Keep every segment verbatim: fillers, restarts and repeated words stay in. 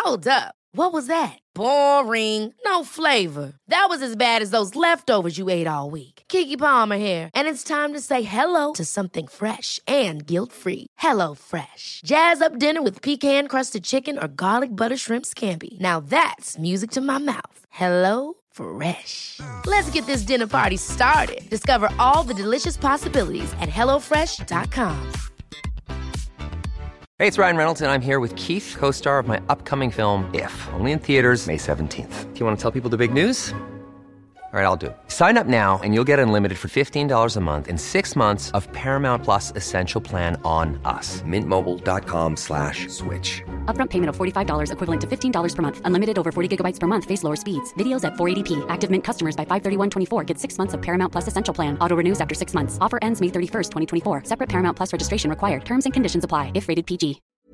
Hold up. What was that? Boring. No flavor. That was as bad as those leftovers you ate all week. Keke Palmer here, and it's time to say hello to something fresh and guilt-free. Hello Fresh. Jazz up dinner with pecan-crusted chicken or garlic butter shrimp scampi. Now that's music to my mouth. Hello Fresh. Let's get this dinner party started. Discover all the delicious possibilities at hello fresh dot com. Hey, it's Ryan Reynolds, and I'm here with Keith, co-star of my upcoming film, If, only in theaters May seventeenth. Do you want to tell people the big news? All right, I'll do it. Sign up now and you'll get unlimited for fifteen dollars a month and six months of Paramount Plus Essential Plan on us. Mint Mobile dot com slash switch. Upfront payment of forty-five dollars equivalent to fifteen dollars per month. Unlimited over forty gigabytes per month. Face lower speeds. Videos at four eighty p. Active Mint customers by five thirty-one twenty-four get six months of Paramount Plus Essential Plan. Auto renews after six months. Offer ends May thirty-first, twenty twenty-four. Separate Paramount Plus registration required. Terms and conditions apply if rated P G.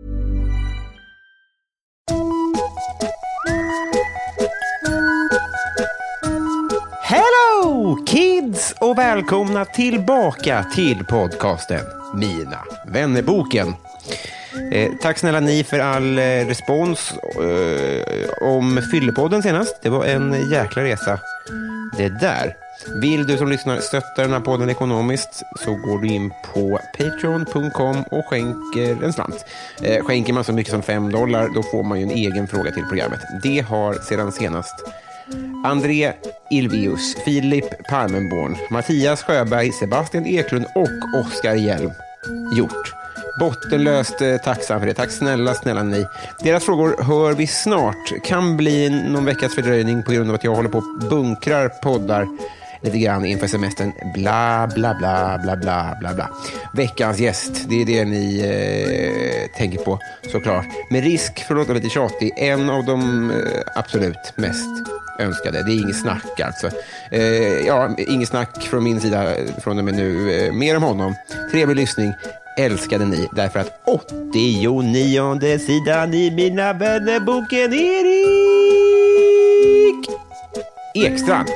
Hello kids och välkomna tillbaka till podcasten Mina vännerboken. Eh, tack snälla ni för all eh, respons eh, om Fyllepodden senast. Det var en jäkla resa det där. Vill du som lyssnar stötta den här podden ekonomiskt så går du in på patreon punkt com och skänker en slant. Eh, skänker man så mycket som fem dollar då får man ju en egen fråga till programmet. Det har sedan senast André Ilvius, Filip Palmenborn, Mattias Sjöberg, Sebastian Eklund och Oskar Hjelm gjort. Bottenlöst eh, tacksam för det. Tack snälla, snälla ni. Deras frågor hör vi snart. Kan bli någon veckas fördröjning på grund av att jag håller på och bunkrar poddar lite grann inför semestern. Bla, bla, bla, bla, bla, bla, bla. Veckans gäst, det är det ni eh, tänker på såklart. Med risk för att låta lite tjatig, en av de eh, absolut mest önskade. Det är inget snack alltså. Eh, ja, inget snack från min sida från och med nu. Eh, mer om honom. Trevlig lyssning. Älskade ni därför att åttionionde sidan i Mina vännerboken Erik Ekstrand.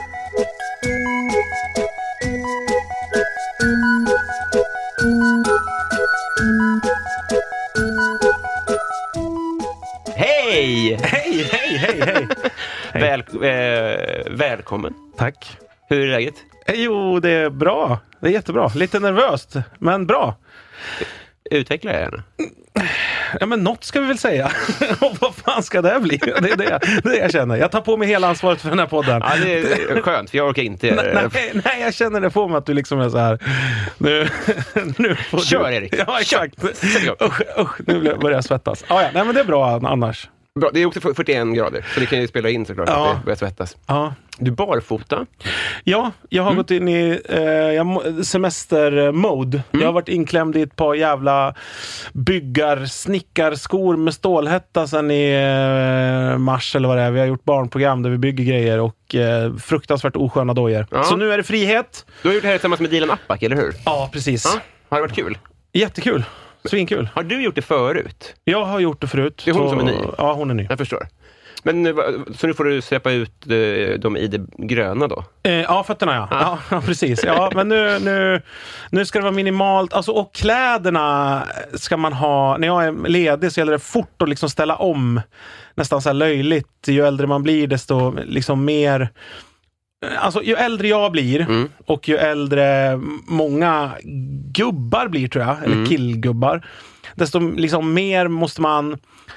Hej! Hej, hej, hej, hej! Väl, eh, välkommen. Tack. Hur är läget? Jo, det är bra. Det är jättebra. Lite nervöst, men bra. Utveckla jag gärna. Ja, men något ska vi väl säga. Och vad fan ska det bli? Det är det, det jag känner. Jag tar på mig hela ansvaret för den här podden. Ja, det är skönt, för jag orkar inte. Nej, nej, jag känner det på mig att du liksom är så här. Nu, nu får Kör, du... Erik. Ja, exakt. Usch, usch, nu börjar jag svettas. Ah, ja, nej, men det är bra annars. Bra, det är också fyrtioen grader, så det kan ju spela in såklart ja. att det börjar svettas. Ja. Du barfota? Ja, jag har mm. gått in i eh, semestermode. Mm. Jag har varit inklämd i ett par jävla byggar, snickarskor med stålhätta sedan i eh, mars eller vad det är. Vi har gjort barnprogram där vi bygger grejer och eh, fruktansvärt osköna dojor. Ja. Så nu är det frihet. Du har gjort det här tillsammans med Dilan Apak, eller hur? Ja, precis. Ja. Har det varit kul? Jättekul. Svinkul. Har du gjort det förut? Jag har gjort det förut. Det är hon så... som är ny? Ja, hon är ny. Jag förstår. Men så nu får du släppa ut dem i det gröna då? Eh, ja, fötterna ja. Ah. Ja, precis. Ja, men nu, nu, nu ska det vara minimalt. Alltså, och kläderna ska man ha... När jag är ledig så gäller det fort att liksom ställa om. Nästan så här löjligt. Ju äldre man blir desto liksom mer... Alltså ju äldre jag blir mm. och ju äldre många gubbar blir tror jag, eller mm. killgubbar, desto liksom mer måste man,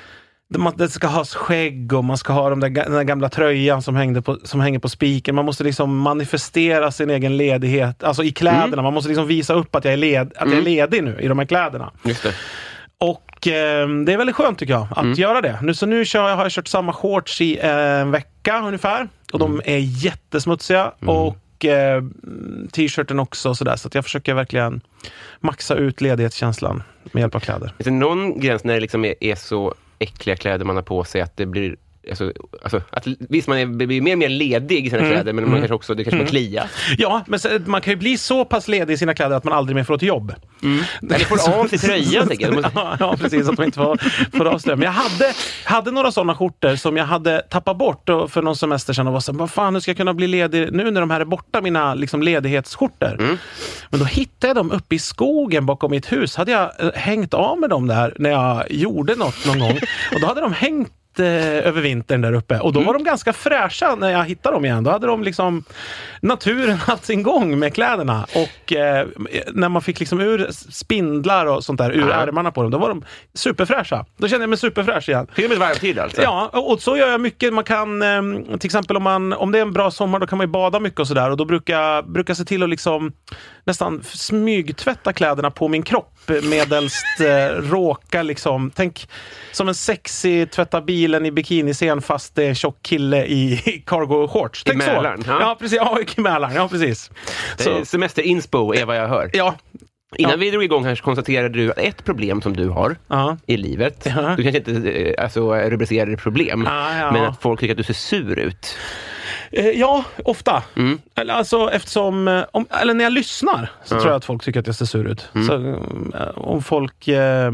det ska ha skägg och man ska ha de där, den där gamla tröjan som, hängde på, som hänger på spiken. Man måste liksom manifestera sin egen ledighet, alltså i kläderna. Mm. Man måste liksom visa upp att jag är, led, att mm. jag är ledig nu i de här kläderna. Just det. Och eh, det är väldigt skönt tycker jag att mm. göra det. Nu, så nu kör jag, har jag kört samma shorts i en vecka ungefär. Och mm. de är jättesmutsiga. Mm. Och eh, t-shirten också. Så, där, så att jag försöker verkligen maxa ut ledighetskänslan med hjälp av kläder. Är det någon gräns när det liksom är, är så äckliga kläder man har på sig att det blir... Alltså, alltså, att, visst, man är, blir mer och mer ledig i sina mm. kläder, men man mm. kanske också, det kanske mm. man klia. Ja, men så, man kan ju bli så pass ledig i sina kläder att man aldrig mer får ett jobb. Mm. Eller får av sig tröjan, tänker jag. Ja, ja, precis, att man inte får, får av sig. Men jag hade, hade några sådana skjortor som jag hade tappat bort för någon semester sedan och var så, vad fan, hur ska jag kunna bli ledig nu när de här är borta, mina liksom, ledighetsskjortor? Mm. Men då hittade jag dem uppe i skogen bakom mitt hus. Hade jag hängt av med dem där när jag gjorde något någon gång. Och då hade de hängt eh, över vintern där uppe. Och då mm. var de ganska fräscha när jag hittade dem igen. Då hade de liksom naturen haft sin gång med kläderna. Och eh, när man fick liksom ur spindlar och sånt där ur mm. ärmarna på dem, då var de superfräscha. Då kände jag mig superfräsch igen. Till och med varmtid alltså? Ja, och så gör jag mycket. Man kan, eh, till exempel om, man, om det är en bra sommar, då kan man ju bada mycket och sådär. Och då brukar brukar se till att liksom nästan smygtvätta kläderna på min kropp medelst eh, råka liksom, tänk som en sexy tvätta bilen i bikiniscen fast det är en tjock kille i, i cargo shorts. Tänk I Mälaren? Så. Ja. ja, precis. Ja, i Mälaren. Ja, precis. Så. Semester inspo är vad jag hör. Ja. Innan ja. vi drog igång här så konstaterade du att ett problem som du har uh-huh. i livet, uh-huh. du kanske inte alltså, rubricerar det problem, uh, ja. men att folk tycker att du ser sur ut. Ja, ofta. Mm. Eller, alltså, eftersom, om, eller när jag lyssnar så mm. tror jag att folk tycker att jag ser sur ut. Mm. Så, om folk eh,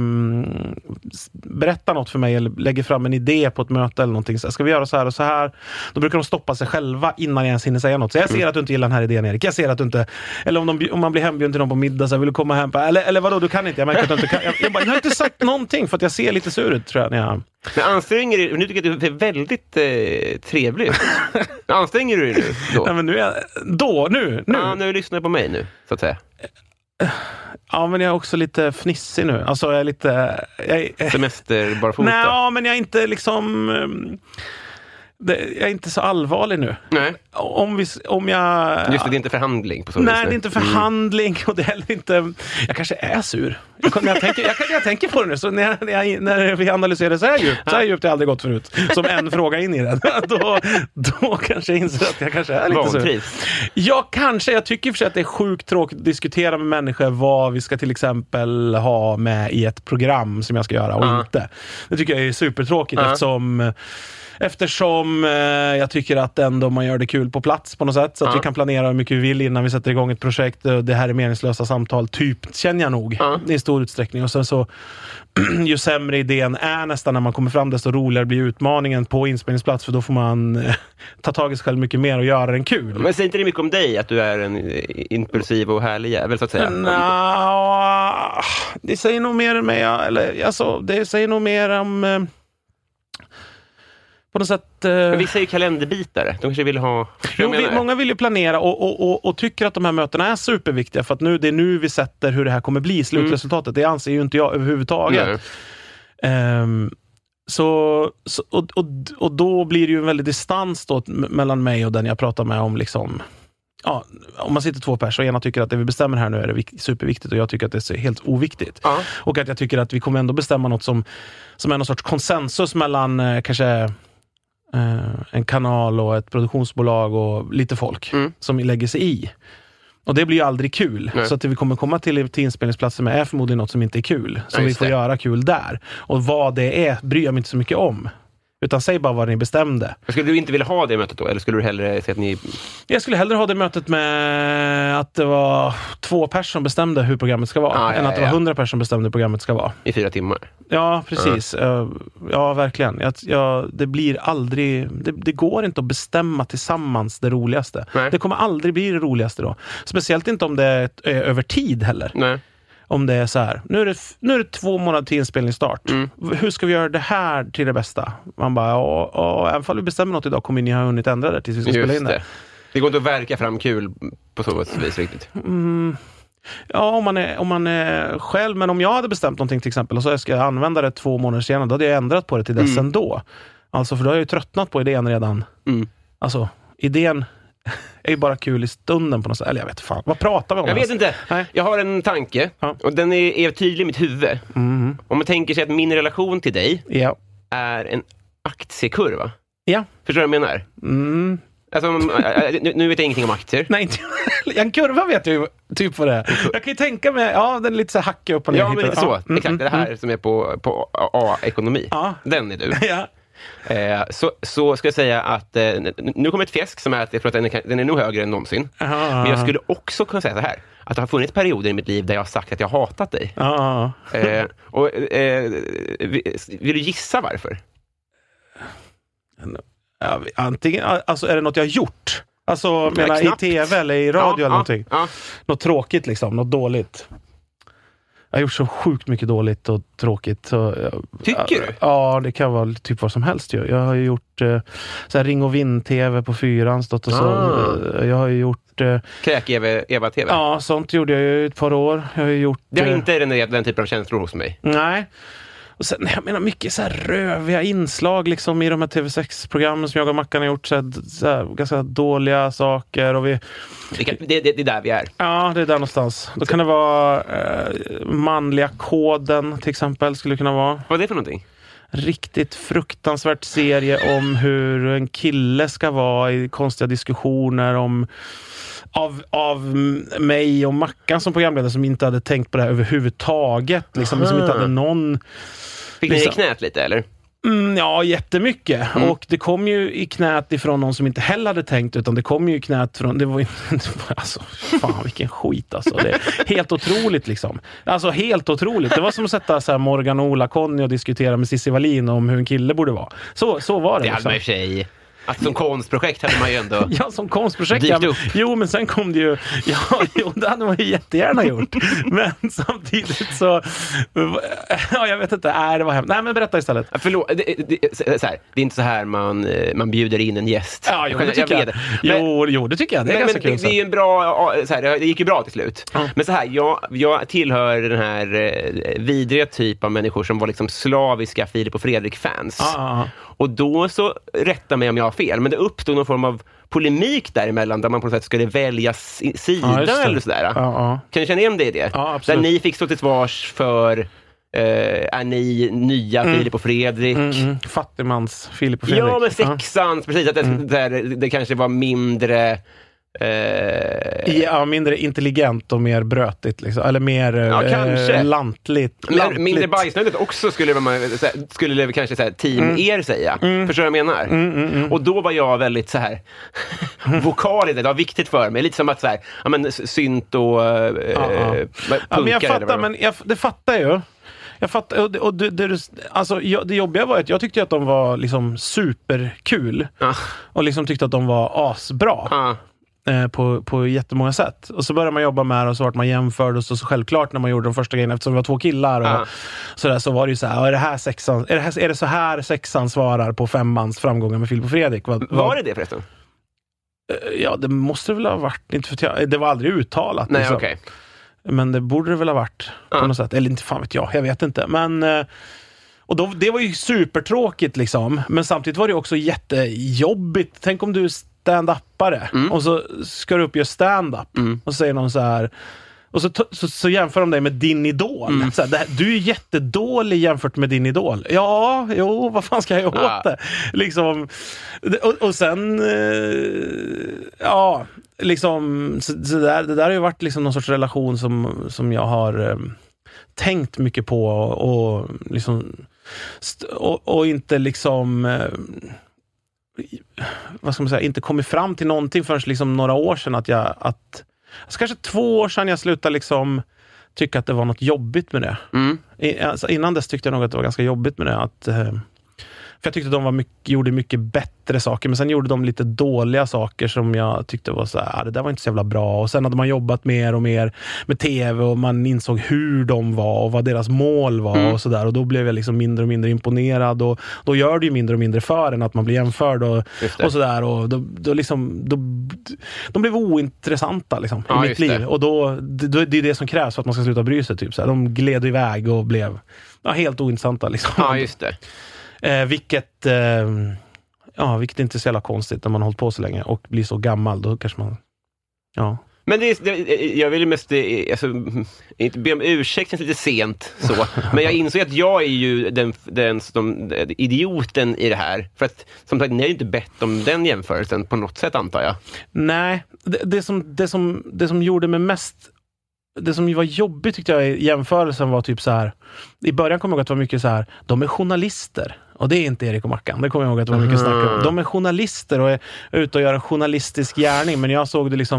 berättar något för mig eller lägger fram en idé på ett möte eller någonting, så ska vi göra så här och så här, då brukar de stoppa sig själva innan jag ens hinner säga något. Så jag ser mm. att du inte gillar den här idén, Erik. Jag ser att du inte, eller om, de, om man blir hembjuden till någon på middag så här, vill du komma hem på, eller, eller vadå, du kan inte. Jag märker att du inte kan. Jag, jag, bara, jag har inte sagt någonting för att jag ser lite sur ut, tror jag. När jag... Men anstränger du, nu tycker jag att du är väldigt eh, trevlig. Anstränger du dig nu då? Nej, men nu är jag, då, nu, nu. Ja, nu lyssnar på mig nu, så att säga. Ja, men jag är också lite fnissig nu. Alltså, jag är lite... Jag, Semester barfota? Nej, ja, men jag är inte liksom... Um, det, jag är inte så allvarlig nu. Nej. Om, vi, om jag... Just det, det är inte förhandling på så Nej, det är inte förhandling mm. och det är heller inte... Jag kanske är sur. Jag, när jag, tänker, jag, jag tänker på det nu, så när, jag, när, jag, när vi analyserar det så här djupt, så här djupt har jag aldrig gått förut. Som en fråga in i det. Då, då kanske jag inser att jag kanske är lite sur. Ja, kanske. Jag tycker för sig att det är sjukt tråkigt att diskutera med människor vad vi ska till exempel ha med i ett program som jag ska göra och uh-huh. inte. Det tycker jag är supertråkigt uh-huh. eftersom... Eftersom eh, jag tycker att ändå man gör det kul på plats på något sätt. Så att ja. vi kan planera hur mycket vi vill innan vi sätter igång ett projekt. Det här är meningslösa samtal, typ, känner jag nog. Ja. I stor utsträckning. Och sen så, ju sämre idén är nästan när man kommer fram, desto roligare blir utmaningen på inspelningsplats. För då får man eh, ta tag i sig själv mycket mer och göra den kul. Men säger inte det mycket om dig, att du är en impulsiv och härlig jävel, så att säga? Nå, det säger nog mer än mig. Eller, alltså, det säger nog mer om... Eh, på något sätt... Eh... Men vissa är ju kalenderbitare. De kanske vill ha... Jo, vi, många vill ju planera och, och, och, och tycker att de här mötena är superviktiga, för att nu, det är nu vi sätter hur det här kommer bli, slutresultatet. Mm. Det anser ju inte jag överhuvudtaget. Um, så, så och, och, och då blir det ju en väldig distans då mellan mig och den jag pratar med om liksom... Ja, om man sitter två personer och ena tycker att det vi bestämmer här nu är det superviktigt och jag tycker att det är helt oviktigt. Ja. Och att jag tycker att vi kommer ändå bestämma något som, som är någon sorts konsensus mellan eh, kanske... Uh, en kanal och ett produktionsbolag och lite folk mm. som lägger sig i. Och det blir ju aldrig kul. Nej. Så att det vi kommer komma till, till inspelningsplatser med är förmodligen något som inte är kul. Som ja, vi får det. göra kul där. Och vad det är bryr jag mig inte så mycket om. Utan säg bara vad ni bestämde. Skulle du inte vilja ha det mötet då? Eller skulle du hellre säga att ni... Jag skulle hellre ha det mötet med att det var två personer som bestämde hur programmet ska vara. Ah, än ja, att det var hundra personer som bestämde hur programmet ska vara. I fyra timmar? Ja, precis. Ah. Ja, verkligen. Jag, jag, det blir aldrig... Det, det går inte att bestämma tillsammans det roligaste. Nej. Det kommer aldrig bli det roligaste då. Speciellt inte om det är över tid heller. Nej. Om det är så här, nu är det, nu är det två månader till inspelningsstart. Mm. Hur ska vi göra det här till det bästa? Man bara, ja, ja, även om vi bestämmer något idag kommer ni ha hunnit ändra det tills vi ska Just spela in det. det. Det går inte att verka fram kul på så vis riktigt. Mm. Ja, om man, är, om man är själv. Men om jag hade bestämt någonting till exempel och så ska jag använda det två månader senare, då hade jag ändrat på det till dess mm. ändå. Alltså, för då har jag ju tröttnat på idén redan. Mm. Alltså, idén... är ju bara kul i stunden på något sätt. Eller jag vet fan. Vad pratar vi om? Jag vet inte. Nej. Jag har en tanke. Ja. Och den är, är tydlig i mitt huvud. Mm. Om man tänker sig att min relation till dig ja. är en aktiekurva. Ja. Förstår du vad jag menar? Mm. Alltså, nu, nu vet jag ingenting om aktier. Nej, inte. En kurva vet jag ju typ vad det är. Jag kan ju tänka mig, ja, den är lite så hackig upp och ner. Ja, men lite så. Ja. Mm, Exakt, det här mm. som är på, på A-ekonomi. Ja. Den är du. Ja. Eh, så, så ska jag säga att eh, nu kommer ett fjäsk som är att jag tror att den är, den är nog högre än någonsin. Aha. Men jag skulle också kunna säga så här, att det har funnits perioder i mitt liv där jag har sagt att jag har hatat dig. Eh, och, eh, vill, vill du gissa varför? Ja, antingen, alltså är det något jag har gjort? Alltså menar, i tv eller i radio ja, eller ja, någonting. Ja. Något tråkigt liksom, något dåligt. Jag har gjort så sjukt mycket dåligt och tråkigt. Så, Tycker du? Ja, det kan vara typ vad som helst. Ju. Jag har ju gjort eh, så här Ring och Vinn-tv på fyran. Stått och så. Ah. Jag har ju gjort... Eh, Kräk-Eva-tv? Ja, sånt gjorde jag ju ett par år. Jag har ju gjort... Det har eh, inte genererat den typen av känslor hos mig. Nej. Och sen, jag menar mycket så här röviga inslag liksom i de här T V sex-programmen som jag och Mackan har gjort. Så här, så här, ganska dåliga saker. Och vi, det, kan, det, det, det är där vi är. Ja, det är där någonstans. Då kan det vara eh, manliga koden till exempel skulle det kunna vara. Vad är det för någonting? Riktigt fruktansvärt serie om hur en kille ska vara i konstiga diskussioner om av, av mig och Mackan som programledare som inte hade tänkt på det här överhuvudtaget. Liksom, som inte hade någon... Fick ni liksom, i knät lite, eller? Mm, ja, jättemycket. Mm. Och det kom ju i knät ifrån någon som inte heller hade tänkt, utan det kom ju i knät från... Det var inte... Alltså, fan vilken skit alltså. Det är helt otroligt liksom. Alltså helt otroligt. Det var som att sätta så här Morgan och Ola-Conny och diskutera med Cissi Wallin om hur en kille borde vara. Så, så var det. Det hade man i och för sig... Att som konstprojekt hade man ju ändå... Ja, som konstprojekt. Ja, men, jo, men sen kom det ju... Ja, jo, det hade man ju jättegärna gjort. Men samtidigt så... Ja, jag vet inte. Nej, det var hemskt. Nej, men berätta istället. Förlåt, det, det, så här, det är inte så här man, man bjuder in en gäst. Ja, jo, det tycker jag. jag. Men, jo, jo, det tycker jag. Det är men, ganska men kul. Det, det är en bra... Så här, det gick ju bra till slut. Mm. Men så här, jag, jag tillhör den här eh, vidriga typ av människor som var liksom slaviska Filip och Fredrik-fans. Ah, ah, ah. Och då så, rätta mig om jag har fel, men det uppstod någon form av polemik däremellan där man på något sätt skulle välja sida ja, eller sådär. Ja, ja. Kan du känna igen det i det? Ja, absolut. Där ni fick stå till svars för eh, är ni nya mm. Filip och Fredrik? Mm, mm. Fattigmans Filip och Fredrik. Ja, men sexan, ja. Precis. Att det, mm. där, det kanske var mindre... Eh... Ja, mindre intelligent och mer brötigt liksom. Eller mer ja, eh, lantligt, men lantligt. Mindre bajsnödigt också skulle man skulle det kanske säga team mm. er säga. Mm. Förstår du vad jag menar? Mm, mm, mm. Och då var jag väldigt så här vokal i det. Det var viktigt för mig. Lite som att så här, ja men synt och eh, ja, ja. Ja, men jag fattar, men jag, det fattar jag ju. Jag fattar, och, och det, det, alltså, jag, det jobbiga var att jag tyckte att de var liksom superkul. Ja. Och liksom tyckte att de var asbra. Ja. På, på jättemånga sätt. Och så började man jobba med det och så vart man jämförde och så, så självklart när man gjorde de första grejerna eftersom vi var två killar och ah. så där, så var det ju så här, är det här sexan är det, här, är det så här sexan svarar på femmans framgångar med Filip och Fredrik? Vad, var vad, det det förresten? Ja, det måste det väl ha varit, inte för jag, det var aldrig uttalat. Nej, liksom. okej. Okay. Men det borde det väl ha varit ah. på något sätt, eller inte fan vet jag, jag vet inte. Men och då, det var ju supertråkigt liksom, men samtidigt var det också jättejobbigt. Tänk om du stand-upare mm. och så ska du upp och göra stand-up mm. och så säger någon så här och så, så, så jämför de dig med din idol mm. så här, det, du är jättedålig jämfört med din idol. Ja, jo, vad fan ska jag göra åt det? Liksom, och, och sen ja, liksom så, så där, det där har ju varit liksom någon sorts relation som, som jag har um, tänkt mycket på och, och liksom och, och inte liksom um, vad ska man säga, inte kommit fram till någonting förrän liksom några år sedan att jag, att alltså kanske två år sedan jag slutade liksom tycka att det var något jobbigt med det. Mm. I, alltså innan dess tyckte jag nog att det var ganska jobbigt med det, att eh, för jag tyckte att de var mycket, gjorde mycket bättre saker, men sen gjorde de lite dåliga saker som jag tyckte var så här, det där var inte så jävla bra. Och sen hade man jobbat mer och mer med tv och man insåg hur de var och vad deras mål var mm. och sådär. Och då blev jag liksom mindre och mindre imponerad och då gör det ju mindre och mindre för en att man blir jämförd och, och sådär. Och då, då liksom, då, de blev ointressanta liksom ja, i mitt liv. Det. Och då, då, det är det som krävs för att man ska sluta bry sig. Typ, så här. De gled iväg och blev ja, helt ointressanta liksom. Ja, just det. Eh, vilket, eh, ja, vilket inte är så jävla konstigt när man har hållit på så länge och blir så gammal, då kanske man, ja. Men det, det, jag vill mest, alltså, inte be om ursäkt, känns lite sent så, men jag insåg att jag är ju den, den som, idioten i det här, för att som sagt, ni har ju inte bett om den jämförelsen på något sätt, antar jag. Nej, det, det, som, det, som, det som gjorde mig mest, det som var jobbigt tyckte jag i jämförelsen var typ så här, i början kom jag ihåg att det var mycket så här, de är journalister. Och det är inte Erik och Mackan. Det kommer jag ihåg att det var mycket snack om. De är journalister och är ute och gör en journalistisk gärning. Men jag såg det liksom,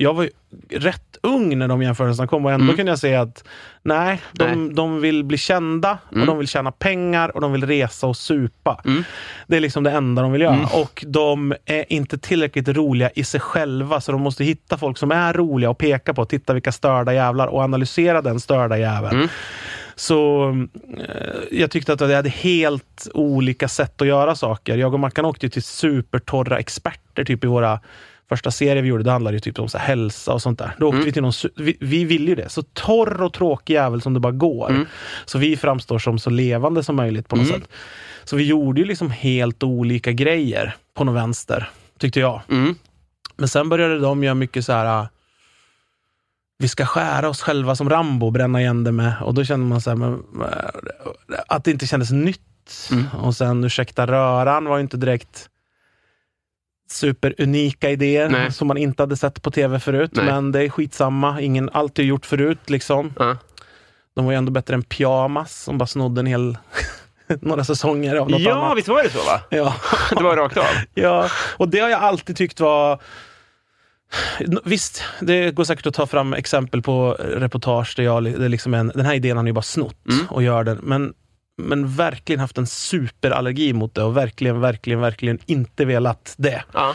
jag var ju rätt ung när de jämförelserna kom och ändå mm. kunde jag säga att nej, de, nej. de vill bli kända mm. och de vill tjäna pengar och de vill resa och supa. Mm. Det är liksom det enda de vill göra. Mm. Och de är inte tillräckligt roliga i sig själva, så de måste hitta folk som är roliga och peka på, titta vilka störda jävlar och analysera den störda jäveln. Mm. Så eh, jag tyckte att det hade helt olika sätt att göra saker. Jag och Mackan åkte till supertorra experter typ i våra första serier vi gjorde. Det handlade ju typ om så här, hälsa och sånt där. Då åkte mm. vi till någon, vi, vi vill ju det. Så torr och tråkig jävel som det bara går. Mm. Så vi framstår som så levande som möjligt på något mm. sätt. Så vi gjorde ju liksom helt olika grejer på någon vänster, tyckte jag. Mm. Men sen började de göra mycket så här... vi ska skära oss själva som Rambo och bränna igen det med. Och då kände man så här, men, att det inte kändes nytt. Mm. Och sen ursäkta röran var ju inte direkt superunika idéer. Nej. Som man inte hade sett på tv förut. Nej. Men det är skitsamma. Ingen alltid gjort förut liksom. Uh. De var ju ändå bättre än Pyjamas som bara snodde en hel... några säsonger av något ja, annat. Ja, visst var det så va? Ja. Det var rakt av. Ja, och det har jag alltid tyckt var... Visst, det går säkert att ta fram exempel på reportage där jag, det är liksom en, den här idén har ju bara snott mm. och gör den, men, men verkligen haft en superallergi mot det och verkligen, verkligen, verkligen inte velat det. Ja.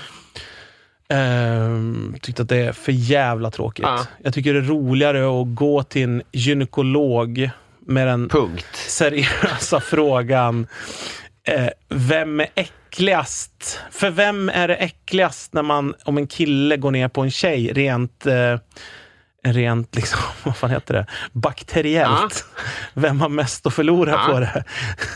Ehm, tyckte att det är för jävla tråkigt. Ja. Jag tycker det är roligare att gå till en gynekolog med den Punkt. seriösa frågan eh, vem är äckligast? För vem är det äckligast när man, om en kille går ner på en tjej rent eh, rent liksom, vad fan heter det? Bakteriellt. Ja. Vem har mest att förlora ja. på det?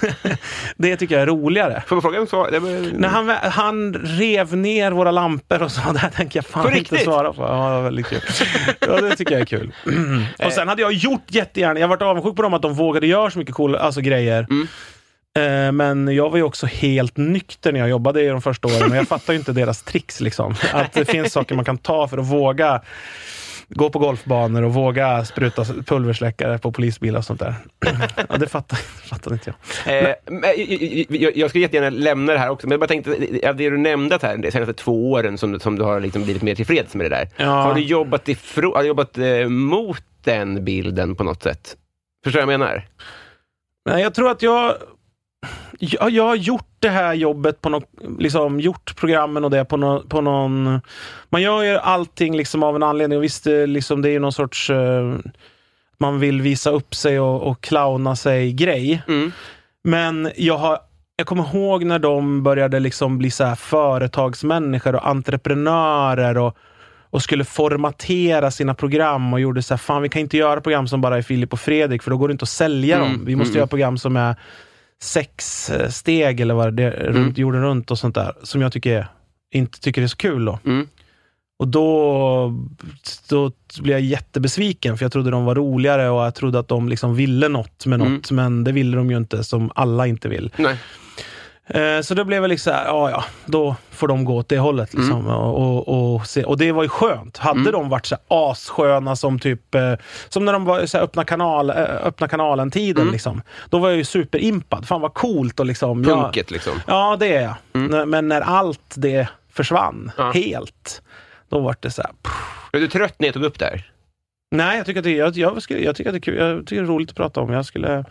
Det tycker jag är roligare. Får jag fråga så? Det var... När han, han rev ner våra lampor och så, där tänker jag fan inte riktigt? svara på. Ja, det var väldigt kul. Ja, det tycker jag är kul. Och sen hade jag gjort jättegärna, jag har varit avundsjuk på dem att de vågade göra så mycket coola alltså, grejer. Mm. Men jag var ju också helt nykter när jag jobbade i de första åren och jag fattar ju inte deras tricks liksom. Att det finns saker man kan ta för att våga gå på golfbanor och våga spruta pulversläckare på polisbilar och sånt där. Ja, det fattar, fattar inte jag. Eh, jag. Jag skulle jättegärna lämna det här också, men jag bara tänkte, det du nämnde här de senaste två åren som, som du har liksom blivit mer tillfreds med det där. Ja. Har du jobbat, ifrån, har du jobbat eh, mot den bilden på något sätt? Förstår jag vad jag menar? Nej, jag tror att jag Jag, jag har gjort det här jobbet på något, liksom gjort programmen och det på, no, på någon, man gör ju allting liksom av en anledning och visst liksom det är ju någon sorts uh, man vill visa upp sig och, och clowna sig grej. Mm. Men jag har jag kommer ihåg när de började liksom bli så här företagsmänniskor och entreprenörer och och skulle formatera sina program och gjorde så här, fan vi kan inte göra program som bara är Filip och Fredrik för då går det inte att sälja mm. dem. Vi måste mm. göra program som är sex steg eller vad det är, mm. runt, jorden runt och sånt där som jag tycker inte tycker är så kul då. Mm. Och då då blev jag jättebesviken för jag trodde de var roligare och jag trodde att de liksom ville något med något mm. men det ville de ju inte som alla inte vill. Nej. Eh, så då blev jag liksom här, ja ja, då får de gå åt det hållet liksom mm. och, och, och, se. Och det var ju skönt. Hade mm. de varit så här assköna som typ eh, som när de var så här, öppna kanal eh, öppna kanalen tiden mm. liksom. Då var jag ju superimpad. Fan vad coolt och liksom punket ja, liksom. Ja, det är jag. Mm. Men när allt det försvann ja. helt. Då var det så här. Är du trött när jag tog upp det här? Nej, jag tycker att det jag, jag, skulle, jag tycker att det är kul. Jag tycker det är roligt att prata om. Jag skulle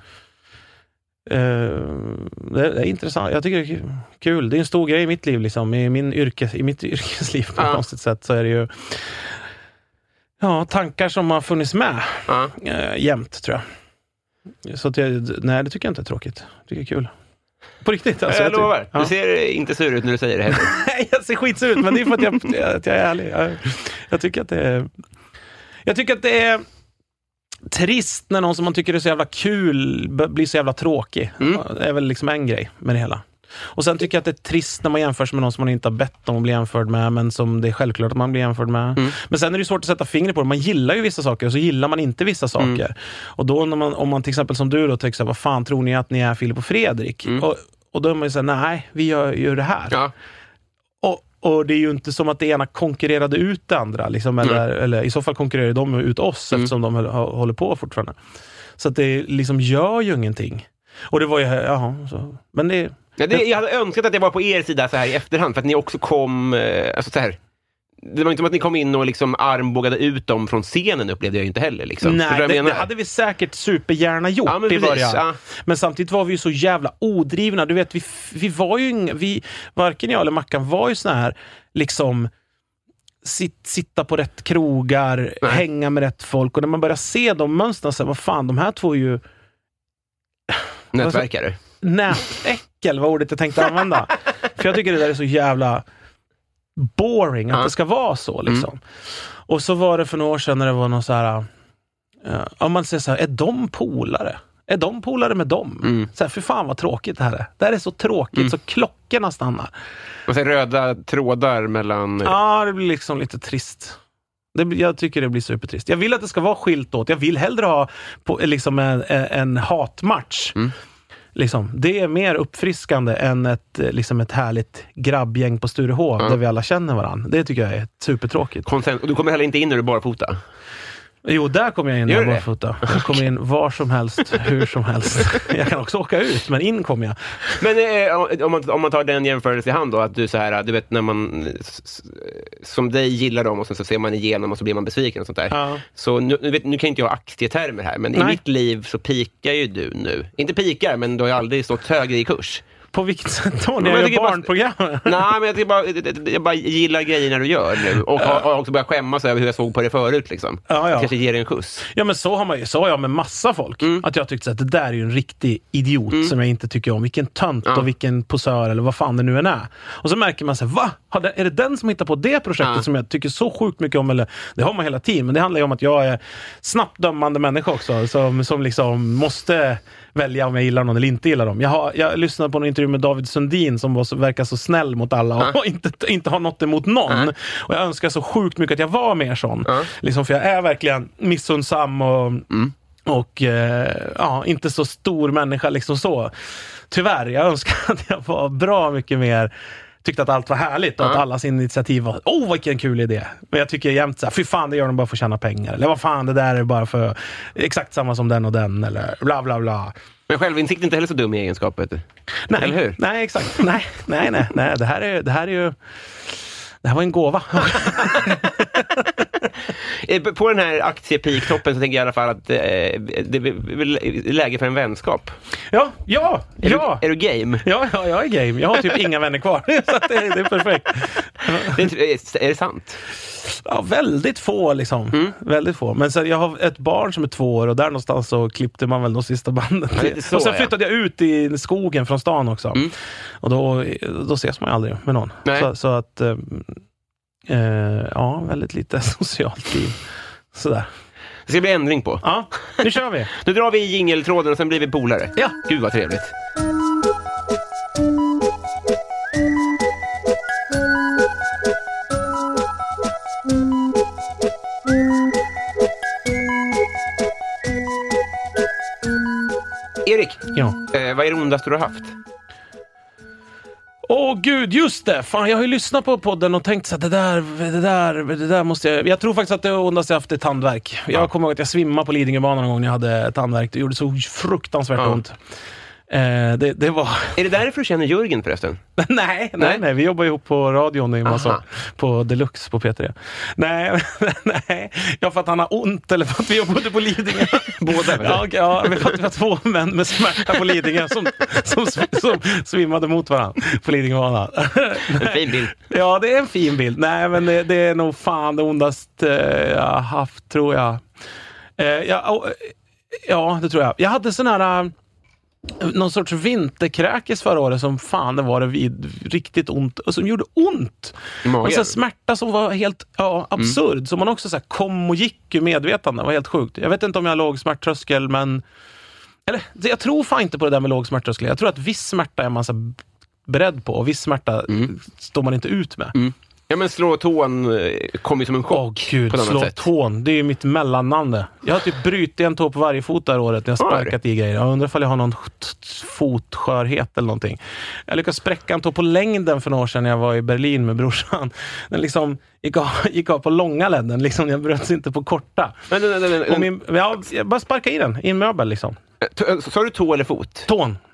Uh, det, det är intressant. Jag tycker det är kul. Det är en stor grej i mitt liv liksom. I, min yrke, i mitt yrkesliv på uh. ett konstigt sätt så är det ju ja, tankar som har funnits med uh. uh, jämt tror jag. Så att jag, nej, det tycker jag inte är tråkigt. Jag tycker det är kul. På riktigt. Alltså, jag, jag lovar. Ja. Du ser inte sur ut när du säger det heller. Nej, jag ser skitsur ut men det är för att jag, att jag är ärlig. Jag, jag tycker att det är jag tycker att det är trist när någon som man tycker är så jävla kul blir så jävla tråkig. Mm. Det är väl liksom en grej med det hela. Och sen tycker jag att det är trist när man jämförs med någon som man inte har bett om att bli jämförd med men som det är självklart att man blir jämförd med. Mm. Men sen är det svårt att sätta fingret på det. Man gillar ju vissa saker och så gillar man inte vissa saker. Mm. Och då när man, om man till exempel som du då tänker så här, vad fan tror ni att ni är Filip och Fredrik? Mm. Och, och då är man ju såhär, nej, vi gör ju det här. Ja. Och Och det är ju inte som att det ena konkurrerade ut det andra. Liksom, eller, mm. eller i så fall konkurrerar de ut oss mm. eftersom de håller på fortfarande. Så att det liksom gör ju ingenting. Och det var ju, jaha, så. Men det, ja, det... Jag hade önskat att jag var på er sida så här i efterhand. För att ni också kom, alltså så här. det var inte som att ni kom in och liksom armbågade ut dem från scenen, upplevde jag inte heller. Liksom. Nej, det, det hade vi säkert supergärna gjort ja, i början. Ja. Men samtidigt var vi ju så jävla odrivna. Du vet, vi, vi var ju inga, vi, varken jag eller Mackan var ju såna här liksom sit, sitta på rätt krogar, Nej. hänga med rätt folk. Och när man börjar se de mönstren så här, vad fan, de här två är ju... Nätverkare. Nätäckel var ordet jag tänkte använda. För jag tycker det där är så jävla... boring, att ja. det ska vara så liksom. Mm. Och så var det för några år sedan när det var någon så här uh, om man säger så här, är de polare? Är de polare med dem? Mm. Så här, för fan vad tråkigt det här är. Det här är så tråkigt mm. så klockorna stannar. Och så röda trådar mellan... Ja, det blir liksom lite trist. Det, jag tycker det blir supertrist. Jag vill att det ska vara skilt åt. Jag vill hellre ha på, liksom en, en hatmatch. Mm. Liksom, det är mer uppfriskande än ett, liksom ett härligt grabbgäng på Sturehov ja. där vi alla känner varandra. Det tycker jag är supertråkigt. Consent. Och du kommer heller inte in när du bara fotar? Jo, där kommer jag in när jag bara fotar. Jag kommer in var som helst, hur som helst. Jag kan också åka ut, men in kommer jag. Men eh, om, man, om man tar den jämförelse i hand då, att du så här, du vet när man som dig gillar dem och sen så ser man igenom och så blir man besviken och sånt där. Ja. Så nu, nu, vet, nu kan inte jag aktietermer här, men Nej. i mitt liv så pikar ju du nu. Inte pikar, men du har ju aldrig stått högre i kurs. På vilket sätt då? När jag gör barnprogram? Bara, nej, men jag, bara, jag bara gillar grejerna du gör nu. Och har, har också börjat skämmas över hur jag såg på det förut. Liksom. Ja, ja. Kanske ger en skjuts. Ja, men så har, man, så har jag med massa folk. Mm. Att jag tyckte att det där är ju en riktig idiot mm. som jag inte tycker om. Vilken tönt ja. och vilken posör eller vad fan det nu än är. Och så märker man sig, va? Är det den som hittar på det projektet ja. som jag tycker så sjukt mycket om? Eller, det har man hela tiden. Men det handlar ju om att jag är snabbt dömande människa också. Som, som liksom måste... välja om jag gillar någon eller inte gillar dem. Jag har jag lyssnade på en intervju med David Sundin som var så, verkar så snäll mot alla och äh. inte, inte har något emot någon. Äh. Och jag önskar så sjukt mycket att jag var mer sån. Äh. Liksom, för jag är verkligen missundsam och, mm. och eh, ja, inte så stor människa liksom så. Tyvärr, jag önskar att jag var bra mycket mer tyckte att allt var härligt och ja. att allas initiativ var, åh oh, vilken kul idé. Men jag tycker jämt så här, fy fan det gör de bara för att tjäna pengar. Eller vad fan, det där är bara för exakt samma som den och den. Eller bla bla bla. Men självinsikt är inte heller så dum i egenskapet. Nej, eller hur? Nej, exakt. Nej, nej, nej, nej. Det här är, det här är ju... Det här var en gåva. På den här aktiepiktoppen så tänker jag i alla fall att eh, det är läge för en vänskap. Ja, ja, är ja. Du, är du game? Ja, ja, jag är game. Jag har typ inga vänner kvar. Så att det, det är perfekt. Det är, är det sant? Ja, väldigt få liksom. Mm. Väldigt få. Men så jag har ett barn som är två år och där någonstans så klippte man väl de sista banden. Ja, så, och sen flyttade ja. jag ut i skogen från stan också. Mm. Och då, då ses man ju aldrig med någon. Så, så att eh, ja, väldigt lite socialt liv. Sådär. Det ska bli ändring på. Ja, nu kör vi. Nu drar vi i jingeltråden och sen blir vi polare. Ja. Gud vad trevligt. Erik, ja. eh, vad är det ondaste du har haft? Åh oh, gud, just det! Fan, jag har ju lyssnat på podden och tänkt så att det där, det där, det där måste jag... Jag tror faktiskt att det ondaste jag haft är tandvärk. Ja. Jag kommer ihåg att jag svimmade på Lidingöbanan någon gång när jag hade tandvärk. Det gjorde så fruktansvärt ja. ont. Eh, det, det var... Är det därför du känner Jörgen förresten? nej, nej, nej, nej. Vi jobbar ihop på radion i massa, på Deluxe på P tre. Nej, nej. Ja, för att han har ont eller för att vi jobbade på Lidingö. Båda? Ja, ja, för att vi var två män med smärta på Lidingö som, som, som svimmade mot varandra på Lidingöbanan. En fin bild. Ja, det är en fin bild. Nej, men det, det är nog fan det ondaste jag har haft, tror jag. Eh, ja, ja, det tror jag. Jag hade sån här... någon sorts vinterkräkes förra året som fan det var det vid, riktigt ont och som gjorde ont. Och så smärta som var helt ja, absurd mm. som man också så här, kom och gick i medvetande. Det var helt sjukt. Jag vet inte om jag har låg smärttröskel, men eller jag tror fan inte på det där med låg smärttröskel. Jag tror att viss smärta är man så här, beredd på och viss smärta mm. står man inte ut med. Mm. Ja, men slå tån kommer ju som en chock. Åh gud, på slå sätt. Tån. Det är ju mitt mellannamn. Jag har typ brutit en tå på varje fot där året när jag sparkat i grejer. Jag undrar ifall jag har någon fotskörhet eller någonting. Jag lyckades spräcka en tå på längden för några år sedan när jag var i Berlin med brorsan. Den liksom gick av, gick av på långa ledden. Liksom, jag bröt inte på korta. Men, men, men, Och min, ja, jag bara sparkade i den, i en möbel liksom. Så har du tå eller fot? Tån.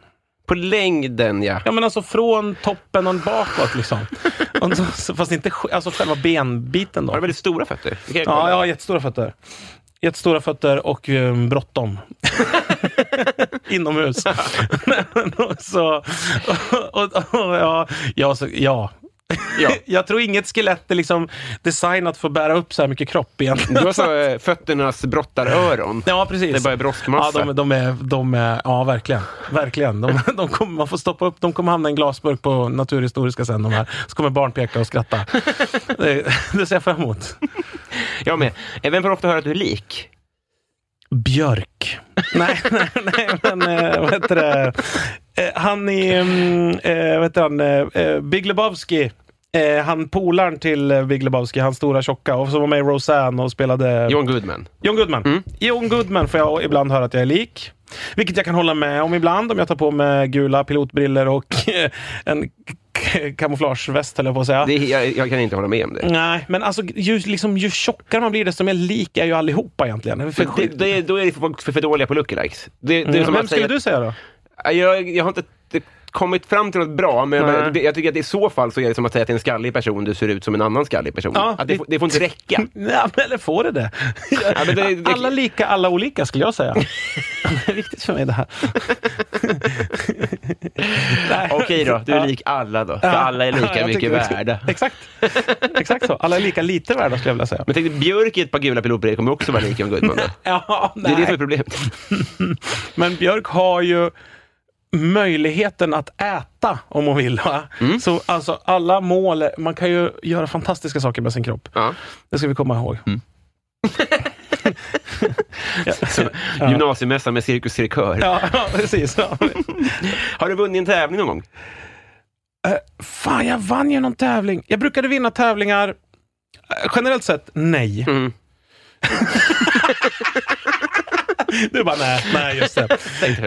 På längden, ja. Ja, men alltså från toppen och bakåt liksom. Och så, fast inte alltså själva benbiten då. Har du väldigt stora fötter? Ja, jag har jättestora fötter. Jättestora fötter och um, bråttom. Inomhus. så, och, och, och, ja, ja, så, ja. Ja. Jag tror inget skelett är liksom designat för att bära upp så här mycket kropp igen. Du har så äh, fötternas brottaröron. Ja, precis. Det är bara broskmassa. Ja, de, de, är, de är, ja, verkligen. Verkligen. De, de kommer, man får stoppa upp, de kommer hamna i en glasburk på Naturhistoriska sen, de här. Så kommer barn peka och skratta. Det, det ser jag fram emot. Jag med. Vem får ofta höra att du är lik? Björk. nej, nej, nej, men äh, vad heter det? Äh, han är, äh, vad heter han? Äh, Big Lebowski. Äh, han polaren till Big Lebowski, han stora tjocka, och så var med i Roseanne och spelade... John Goodman. John Goodman. Mm. John Goodman får jag ibland höra att jag är lik. Vilket jag kan hålla med om ibland, om jag tar på mig gula pilotbriller och en kamouflageväst, eller på att säga. Det, jag, jag kan inte hålla med om det. Nej, men alltså ju, liksom, ju tjockare man blir, desto mer lik är ju allihopa egentligen. För det, det, då är det för, för, för dåliga på lookalikes. Det, det mm. Vem skulle säga, du säga då? Jag, jag har inte kommit fram till något bra, men jag, det, jag tycker att i så fall så är det som att säga att en skallig person, du ser ut som en annan skallig person. Ja, att det, det, får, det får inte räcka. Ja, eller får det det? Ja, men det, det alla lika, alla olika skulle jag säga. Det är viktigt för mig det här. Okej då, du är lik alla då. För ja, alla är lika ja, mycket värda. Exakt. Exakt så. Alla är lika lite värda, skulle jag vilja säga. Men tänkte, Björk i ett par gula pilotbriller kommer också vara lika om Goodman. Ja, det är det som är problemet. Men Björk har ju möjligheten att äta om hon vill, va? Mm. Så alltså alla mål, man kan ju göra fantastiska saker med sin kropp. Ja. Det ska vi komma ihåg. Mm. ja. Så, ja. Gymnasiemässan med Cirkus Cirkör. Ja, ja, precis. Ja. Har du vunnit en tävling någon gång? Uh, fan, jag vann ju någon tävling. Jag brukade vinna tävlingar. Uh, generellt sett, nej. Mm. Du bara, nej, nej, just det.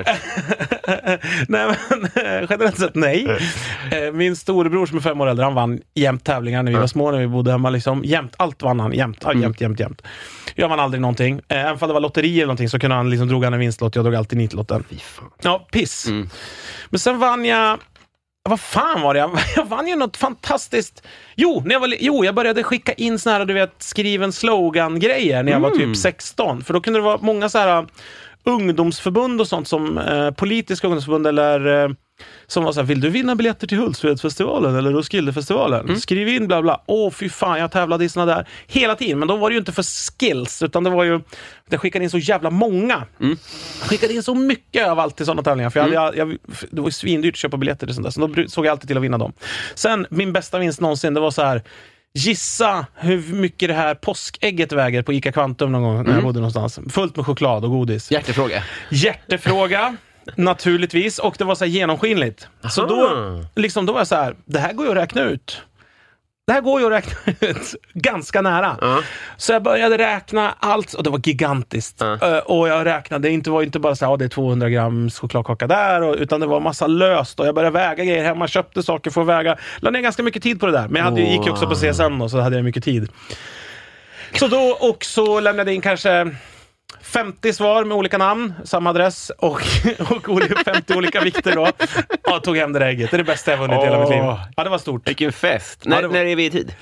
Nej, men generellt sett nej. Min storebror som är fem år äldre, han vann jämt tävlingar när vi var små, när vi bodde hemma liksom. Jämt, allt vann han, jämt, mm. jämt, jämt, jämt. Jag vann aldrig någonting. Även om det var lotteri eller någonting så kunde han liksom, drog han en vinstlott, jag drog alltid nitlotten. Ja, piss. Mm. Men sen vann jag, vad fan var det? Jag, jag vann ju något fantastiskt. Jo, när jag var, jo, jag började skicka in såna här, du vet, skriven slogan-grejer när jag mm. var typ sexton. För då kunde det vara många så här ungdomsförbund och sånt, som eh, politiska ungdomsförbund eller eh, som var så här, vill du vinna biljetter till Hultsfredsfestivalen eller Roskildefestivalen? Mm. Skriv in bla bla. Åh, fy fan, jag tävlade i såna där hela tiden. Men då var det ju inte för skills, utan det var ju, jag skickade in så jävla många. Mm. Jag skickade in så mycket av allt till sådana tävlingar. För jag mm. hade, jag, det var ju svindyrt att köpa biljetter till sånt där. Så då såg jag alltid till att vinna dem. Sen, min bästa vinst någonsin, det var så här, gissa hur mycket det här påskägget väger på Ica Quantum någon gång när mm. jag bodde någonstans. Fullt med choklad och godis. Hjärtefråga. Hjärtefråga. Naturligtvis, och det var så här genomskinligt. Aha. Så då, liksom, då var jag så här, det här går ju att räkna ut. Det här går ju att räkna ut ganska nära. Uh. Så jag började räkna allt, och det var gigantiskt. Uh. Uh, och jag räknade, det inte var inte bara så här, ja, det är tvåhundra gram chokladkaka där, och, utan det var massa löst, och jag började väga grejer hemma, köpte saker för att väga. Lade ner ganska mycket tid på det där, men jag hade, oh. gick ju också på C S N, och så hade jag mycket tid. Så då också lämnade jag in kanske femtio svar med olika namn, samma adress och, och femtio olika vikter då. Ja, tog hem det ägget. Det är det bästa jag vunnit i oh. hela mitt liv. Ja, det var stort. Vilken fest. Ja, när, var... när är vi i tid?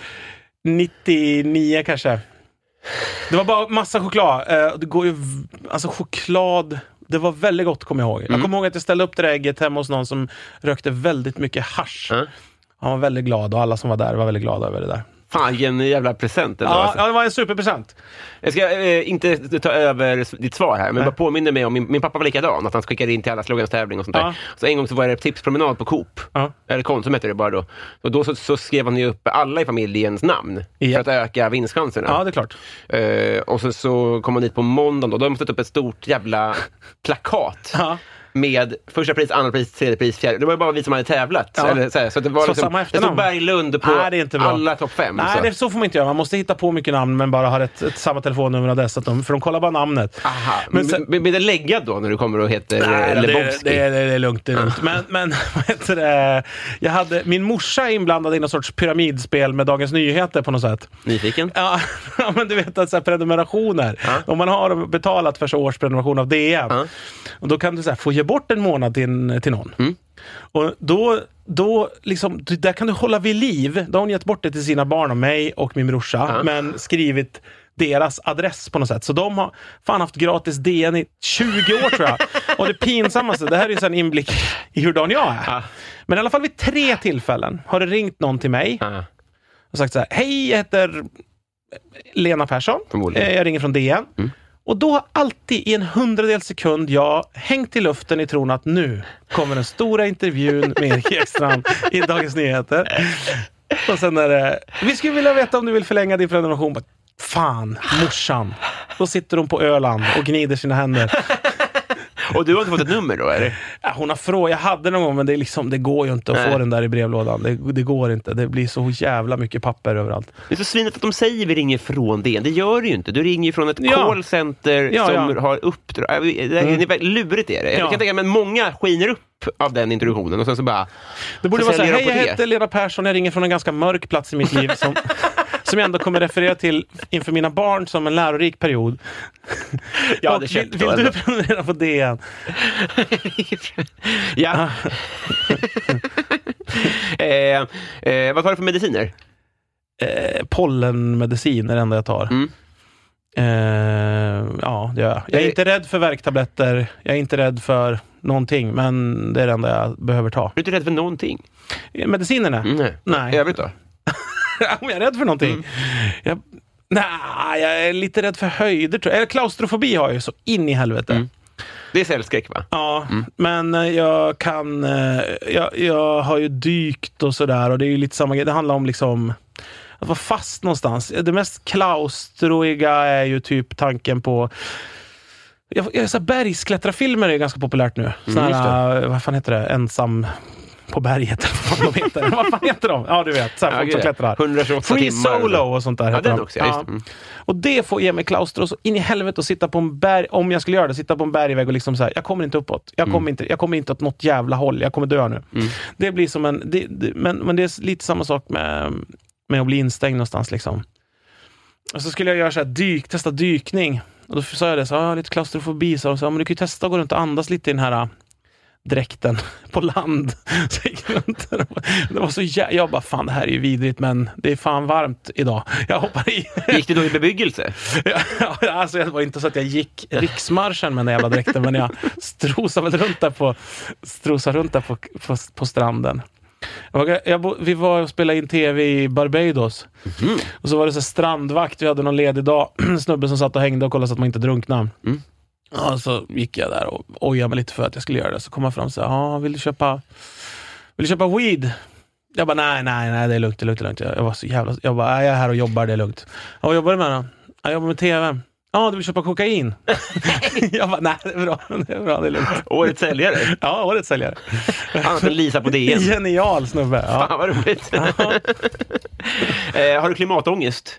nittionio kanske. Det var bara massa choklad. Det går ju, alltså choklad, det var väldigt gott, kommer jag ihåg. Mm. Jag kommer ihåg att jag ställde upp det ägget hemma hos någon som rökte väldigt mycket hasch. Mm. Han var väldigt glad, och alla som var där var väldigt glada över det där. Fan, vilken jävla present ändå, ja, alltså. Ja, det var en superpresent. Jag ska eh, inte ta över ditt svar här, men Nej. bara påminner mig om min, min pappa var likadan, att han skickade in till alla sloganstävling och sånt ja. där. Så en gång så var det tipspromenad på Coop, ja. eller Konsum heter det bara då. Och då så, så skrev han ju upp alla i familjens namn ja. för att öka vinstchanserna. Ja, det är klart. Eh, och så, så kom han dit på måndagen då, då har de fått upp ett stort jävla plakat. Ja. Med första pris, andra pris, tredje pris, fjärde. Det var ju bara vi som hade tävlat. Ja. Eller, så, här, så det var så liksom, samma efternamn. Det stod Berglund på Nej, det är inte bra. alla topp fem. Nej, så. Det, så får man inte göra. Man måste hitta på mycket namn, men bara ha ett, ett samma telefonnummer av dessa. För de kollar bara namnet. Aha. Men sen, blir det läggad då när du kommer och heter Nej, Lebowski? Det, det, det, det är lugnt. Det är lugnt. men men vad heter det? Jag hade, min morsa inblandad i någon sorts pyramidspel med Dagens Nyheter på något sätt. Nyfiken? Ja, men du vet att så här, prenumerationer. Ja. Om man har betalat för så års prenumeration av D M. Ja. Och då kan du så här, få ge bort en månad till, till någon. Mm. Och då, då liksom, där kan du hålla vid liv. Då har hon gett bort det till sina barn och mig och min brorsa. Uh-huh. Men skrivit deras adress på något sätt. Så de har fan haft gratis D N i tjugo år tror jag. Och det pinsammaste, det här är ju en inblick i hurdan jag är. Uh-huh. Men i alla fall vid tre tillfällen har det ringt någon till mig. Uh-huh. Och sagt så här: hej, jag heter Lena Persson. Jag ringer från D N. Mm. Och då har alltid i en hundradels sekund jag hängt i luften i tron att nu kommer den stora intervjun med Erik Ekstrand i Dagens Nyheter. Och sen är det, vi skulle vilja veta om du vill förlänga din prenumeration. Fan, morsan. Då sitter hon på Öland och gnider sina händer. Och du har inte fått ett nummer då, eller? Ja, hon har frågat, jag hade någon gång, men det, är liksom, det går ju inte att Nej. få den där i brevlådan. Det, det går inte, det blir så jävla mycket papper överallt. Det är så svinigt att de säger vi ringer från det. Det gör det ju inte. Du ringer ju från ett ja. callcenter ja, som ja. har uppdrag. Det är, mm. det är lurigt är det. Jag ja. kan tänka mig att många skiner upp av den introduktionen och sen så bara... Det borde vara så här: hej, jag heter Lena Persson, jag ringer från en ganska mörk plats i mitt liv som... som jag ändå kommer referera till inför mina barn som en lärorik period. Ja, det vill, vill du prenumerera på D N? Ja. eh, eh, vad tar du för mediciner? Eh, pollenmedicin är det enda jag tar. Mm. Eh, ja, det gör jag. Jag är inte rädd för värktabletter. Jag är inte rädd för någonting, men det är det enda jag behöver ta. Du är inte rädd för någonting? Medicinerna? Mm, nej. nej. Jag vet då. Om jag är rädd för någonting? Mm. Jag, nej, jag är lite rädd för höjder, tror jag. Eller klaustrofobi har jag ju så in i helvete. Mm. Det är cellskräck, va? Ja, mm. men jag kan... Jag, jag har ju dykt och sådär, och det är ju lite samma grej. Det handlar om liksom... att vara fast någonstans. Det mest klaustroiga är ju typ tanken på... Jag, jag, så bergsklättrarfilmer är ganska populärt nu. Såna mm, här, vad fan heter det? Ensam... på berget eller vad de heter. Vad fan heter de? Ja, du vet. Så här, ja, folk som klättrar. hundratjugoåtta Free timmar. Solo och sånt där. Ja, den också. Ja. Mm. Och det får ge mig klaustro så in i helvete och sitta på en berg, om jag skulle göra det, sitta på en bergvägg och liksom så här, jag kommer inte uppåt. Jag kommer mm. inte, jag kommer inte åt något jävla håll. Jag kommer dö nu. Mm. Det blir som en, det, det, men, men det är lite samma sak med, med att bli instängd någonstans liksom. Och så skulle jag göra så här dyk, testa dykning. Och då sa jag det, så ja, lite klaustrofobi. Så, så men du kan ju testa att gå runt och andas lite i den här dräkten på land. Så jag gick runt. Det var så jä- jag bara, fan, det här är ju vidrigt, men det är fan varmt idag. Jag hoppar i. Gick det då i bebyggelse? Ja, alltså det var inte så att jag gick riksmarschen med den jävla dräkten, men jag strosade väl runt där på strosade runt där på, på, på stranden. Jag, jag, vi var och spelade in tv i Barbados. Mm. Och så var det så strandvakt, vi hade någon ledig dag. Snubben som satt och hängde och kollade så att man inte drunknade. Mm. Ja, så gick jag där och ojade mig lite för att jag skulle göra det. Så kom jag fram och sa, ja, vill du köpa Vill du köpa weed? Jag bara, nej, nej, nej, det är lugnt, det är lugnt, det är lugnt. Jag var så jävla, jag bara, jag är här och jobbar, det är lugnt. Ja, vad jobbar du med då? Jag jobbar med tv. Ja, du vill köpa kokain? Jag bara, nej, det är bra, det är bra, det är lugnt. Årets säljare? Ja, årets säljare. Han som Lisa på D N. Genial snubbe. Ja. Fan vad roligt. Ja. eh, har du klimatångest?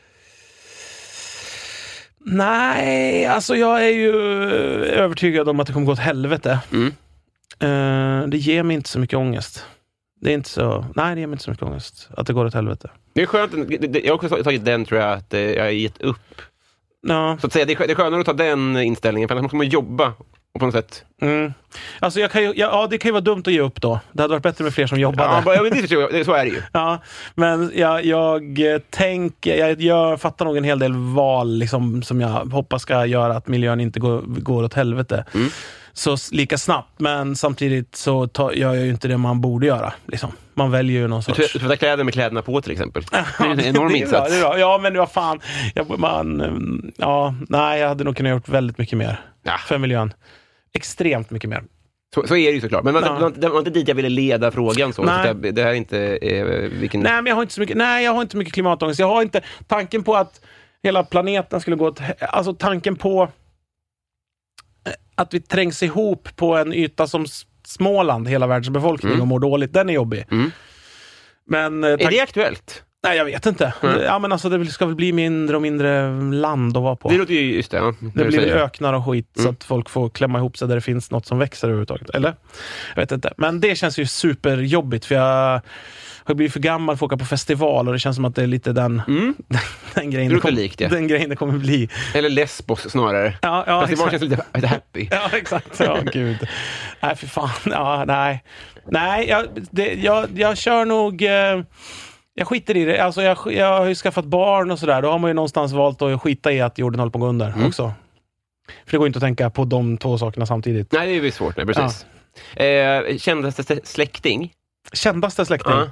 Nej, alltså jag är ju övertygad om att det kommer gå åt helvete. Mm. Uh, det ger mig inte så mycket ångest. Det är inte så... Nej, det ger mig inte så mycket ångest att det går åt helvete. Det är skönt. Jag har också tagit den, tror jag, att jag har gett upp. Ja. Så att säga, det är skönare att ta den inställningen, för annars måste man jobba på något sätt. Mm. Alltså jag kan ju, ja, det kan ju vara dumt att ge upp då. Det hade varit bättre med fler som jobbade. Ja, bara, jag vet inte, så är det ju. Ja, men jag, jag tänker, jag, jag fattar nog en hel del val liksom, som jag hoppas ska göra att miljön inte går, går åt helvete. Mm. Så lika snabbt, men samtidigt så tar, gör jag ju inte det man borde göra. Liksom. Man väljer ju någon sorts... Du tvättar kläder med kläderna på till exempel. Det är en enorm det är insats. Bra, det är bra. Ja, men vad fan. Jag, man, ja, nej, jag hade nog kunnat gjort väldigt mycket mer ja. för miljön. Extremt mycket mer. Så, så är det ju såklart. Men man, ja. det var inte dit jag ville leda frågan. Så, så det, det här är inte... Eh, vilken... Nej, men jag har inte så mycket, nej, jag har inte mycket klimatångest. Jag har inte... Tanken på att hela planeten skulle gå... Alltså tanken på att vi trängs ihop på en yta som Småland, hela världens befolkning, mm. och mår dåligt, den är jobbig. Mm. Men, är tack- det aktuellt? Nej, jag vet inte. Mm. Ja, men alltså, det ska väl bli mindre och mindre land att vara på. Det låter ju just det. Ja, det blir väl öknar och skit, mm. så att folk får klämma ihop sig där det finns något som växer överhuvudtaget. Eller? Jag vet inte. Men det känns ju superjobbigt, för jag har blivit för gammal för att åka på festival och det känns som att det är lite den, Mm. den, den, grejen det kom, likt, ja. den grejen det kommer bli. Eller Lesbos snarare. Ja, ja, festival exakt. känns lite, lite happy. Ja, exakt. Ja, gud. Nej, för fan. Ja, nej. Nej, jag, det, jag, jag kör nog... Eh, jag skiter i det. Alltså, jag, jag har ju skaffat barn och sådär. Då har man ju någonstans valt att skita i att jorden håller på att gå under mm. också. För det går inte att tänka på de två sakerna samtidigt. Nej, det är ju svårt. Nej, precis. Ja. Eh, kändaste släkting? Kändaste släkting? Uh.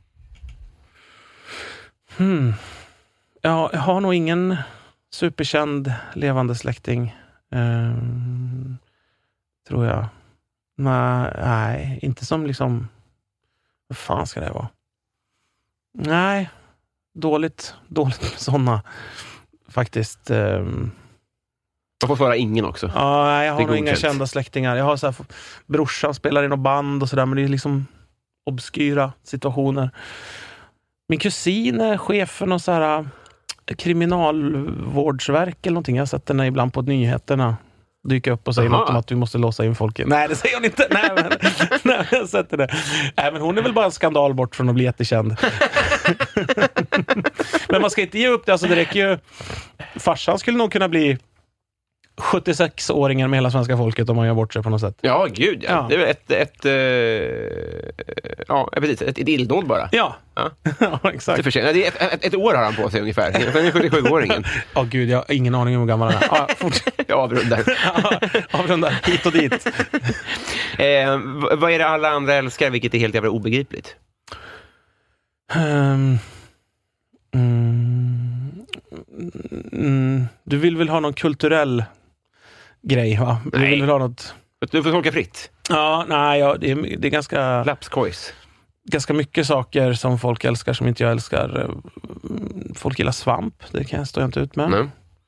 Hmm. Ja, jag har nog ingen superkänd levande släkting. Um, tror jag. Nej, nej, inte som liksom... Vad fan ska det vara? Nej, dåligt. Dåligt med sådana. Faktiskt... Um, Man får svara ingen också. Ja, jag har nog inga kända släktingar. Jag har så här, brorsan spelar i något band och sådär, men det är liksom obskyra situationer. Min kusin är chefen och så här kriminalvårdsverk eller någonting. Jag har sett den ibland på nyheterna dyka upp och säga något om att vi måste låsa in folk. Nej, det säger hon inte. Nej, men, nej, jag har sett det. Nej, men hon är väl bara en skandal bort från att bli jättekänd. Men man ska inte ge upp det. Alltså, det räcker ju... Farsan skulle nog kunna bli sjuttiosex-åringar med hela svenska folket om man gör bort sig på något sätt. Ja, gud. Ja. Ja. Det är ett, ett, ett, ja, precis, ett idildåd bara. Ja, ja. Ja exakt. Det är, det är ett, ett, ett år har han på sig ungefär. Sen är sjuttiosju-åringen. Ja, oh, gud, jag har ingen aning om hur gammal han är. Ah, jag avrundar. Ja, avrundar, hit och dit. eh, vad är det alla andra älskar, vilket är helt jävla obegripligt? Um, mm, mm, du vill väl ha någon kulturell grej, va? Du Nej. vill väl ha något... Du får tolka fritt. Ja, nej, ja, det, är, det är ganska... Lapskojs. Ganska mycket saker som folk älskar som inte jag älskar. Folk gillar svamp, det kan jag stå inte ut med. Nej.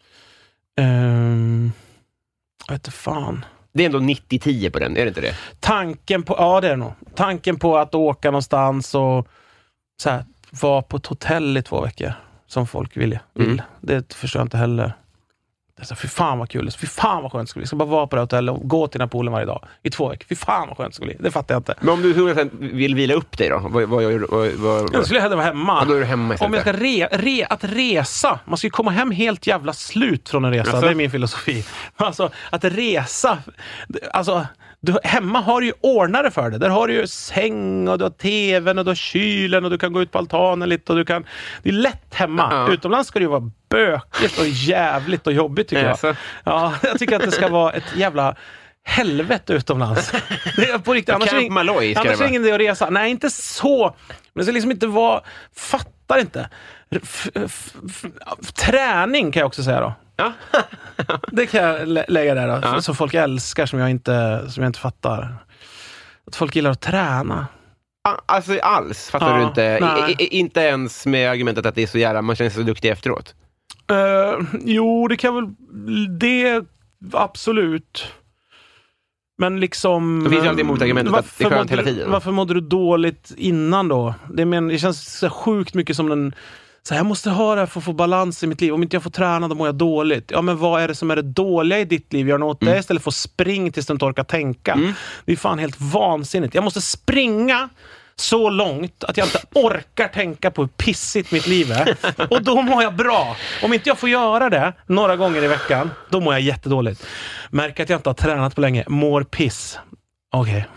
Um, jag vet inte fan. Det är ändå nittio tio på den, är det inte det? Tanken på, ja det är det nog. Tanken på att åka någonstans och så här, vara på ett hotell i två veckor som folk vill. vill. Mm. Det förstår jag inte heller. Det är så, fy fan vad kul. Fy fan vad skönt det skulle bli. Jag ska bara vara på det hotellet och gå till den här poolen varje dag i två veckor. Fy fan vad skönt det skulle bli. Det fattar jag inte. Men om du vill vila upp dig då? Vad, vad, vad, vad, vad? Jag skulle hellre vara hemma. Ja, då är du hemma om jag ska re, re, att resa. Man ska ju komma hem helt jävla slut från en resa. Alltså. Det är min filosofi. Alltså, att resa. Alltså, du, hemma har du ju ordnare för det. Där har du ju säng och du har tvn och du har kylen och du kan gå ut på altanen lite och du kan... Det är lätt hemma. Uh-huh. Utomlands ska det ju vara bökigt och jävligt och jobbigt tycker jag. Alltså. Ja, jag tycker att det ska vara ett jävla helvete utomlands. Det är på riktigt. Annars, ring, Malloy, annars är det ingen idé att resa. Nej, inte så. Men det ska liksom inte vara... Fattar inte. F- f- f- träning kan jag också säga då. Ja. Det kan jag lä- lägga där då. Ja. Som folk älskar som jag inte, som jag inte fattar. Att folk gillar att träna. Alltså alls, fattar ja, du inte? I, i, inte ens med argumentet att det är så jävla, man känner sig så duktig efteråt. Uh, jo, det kan väl... Det, absolut. Men liksom... Det finns ju alltid motargumentet att det är skönt hela tiden. Varför mådde du dåligt innan då? Det, men, det känns så sjukt mycket som den... Så jag måste ha det här för att få balans i mitt liv. Om inte jag får träna, då mår jag dåligt. Ja, men vad är det som är det dåliga i ditt liv? Gör något mm. det istället för att springa tills du inte orkar tänka. Mm. Det är fan helt vansinnigt. Jag måste springa så långt att jag inte orkar tänka på hur pissigt mitt liv är. Och då mår jag bra. Om inte jag får göra det några gånger i veckan, då mår jag jättedåligt. Märker att jag inte har tränat på länge. Mår piss. Okej. Okay.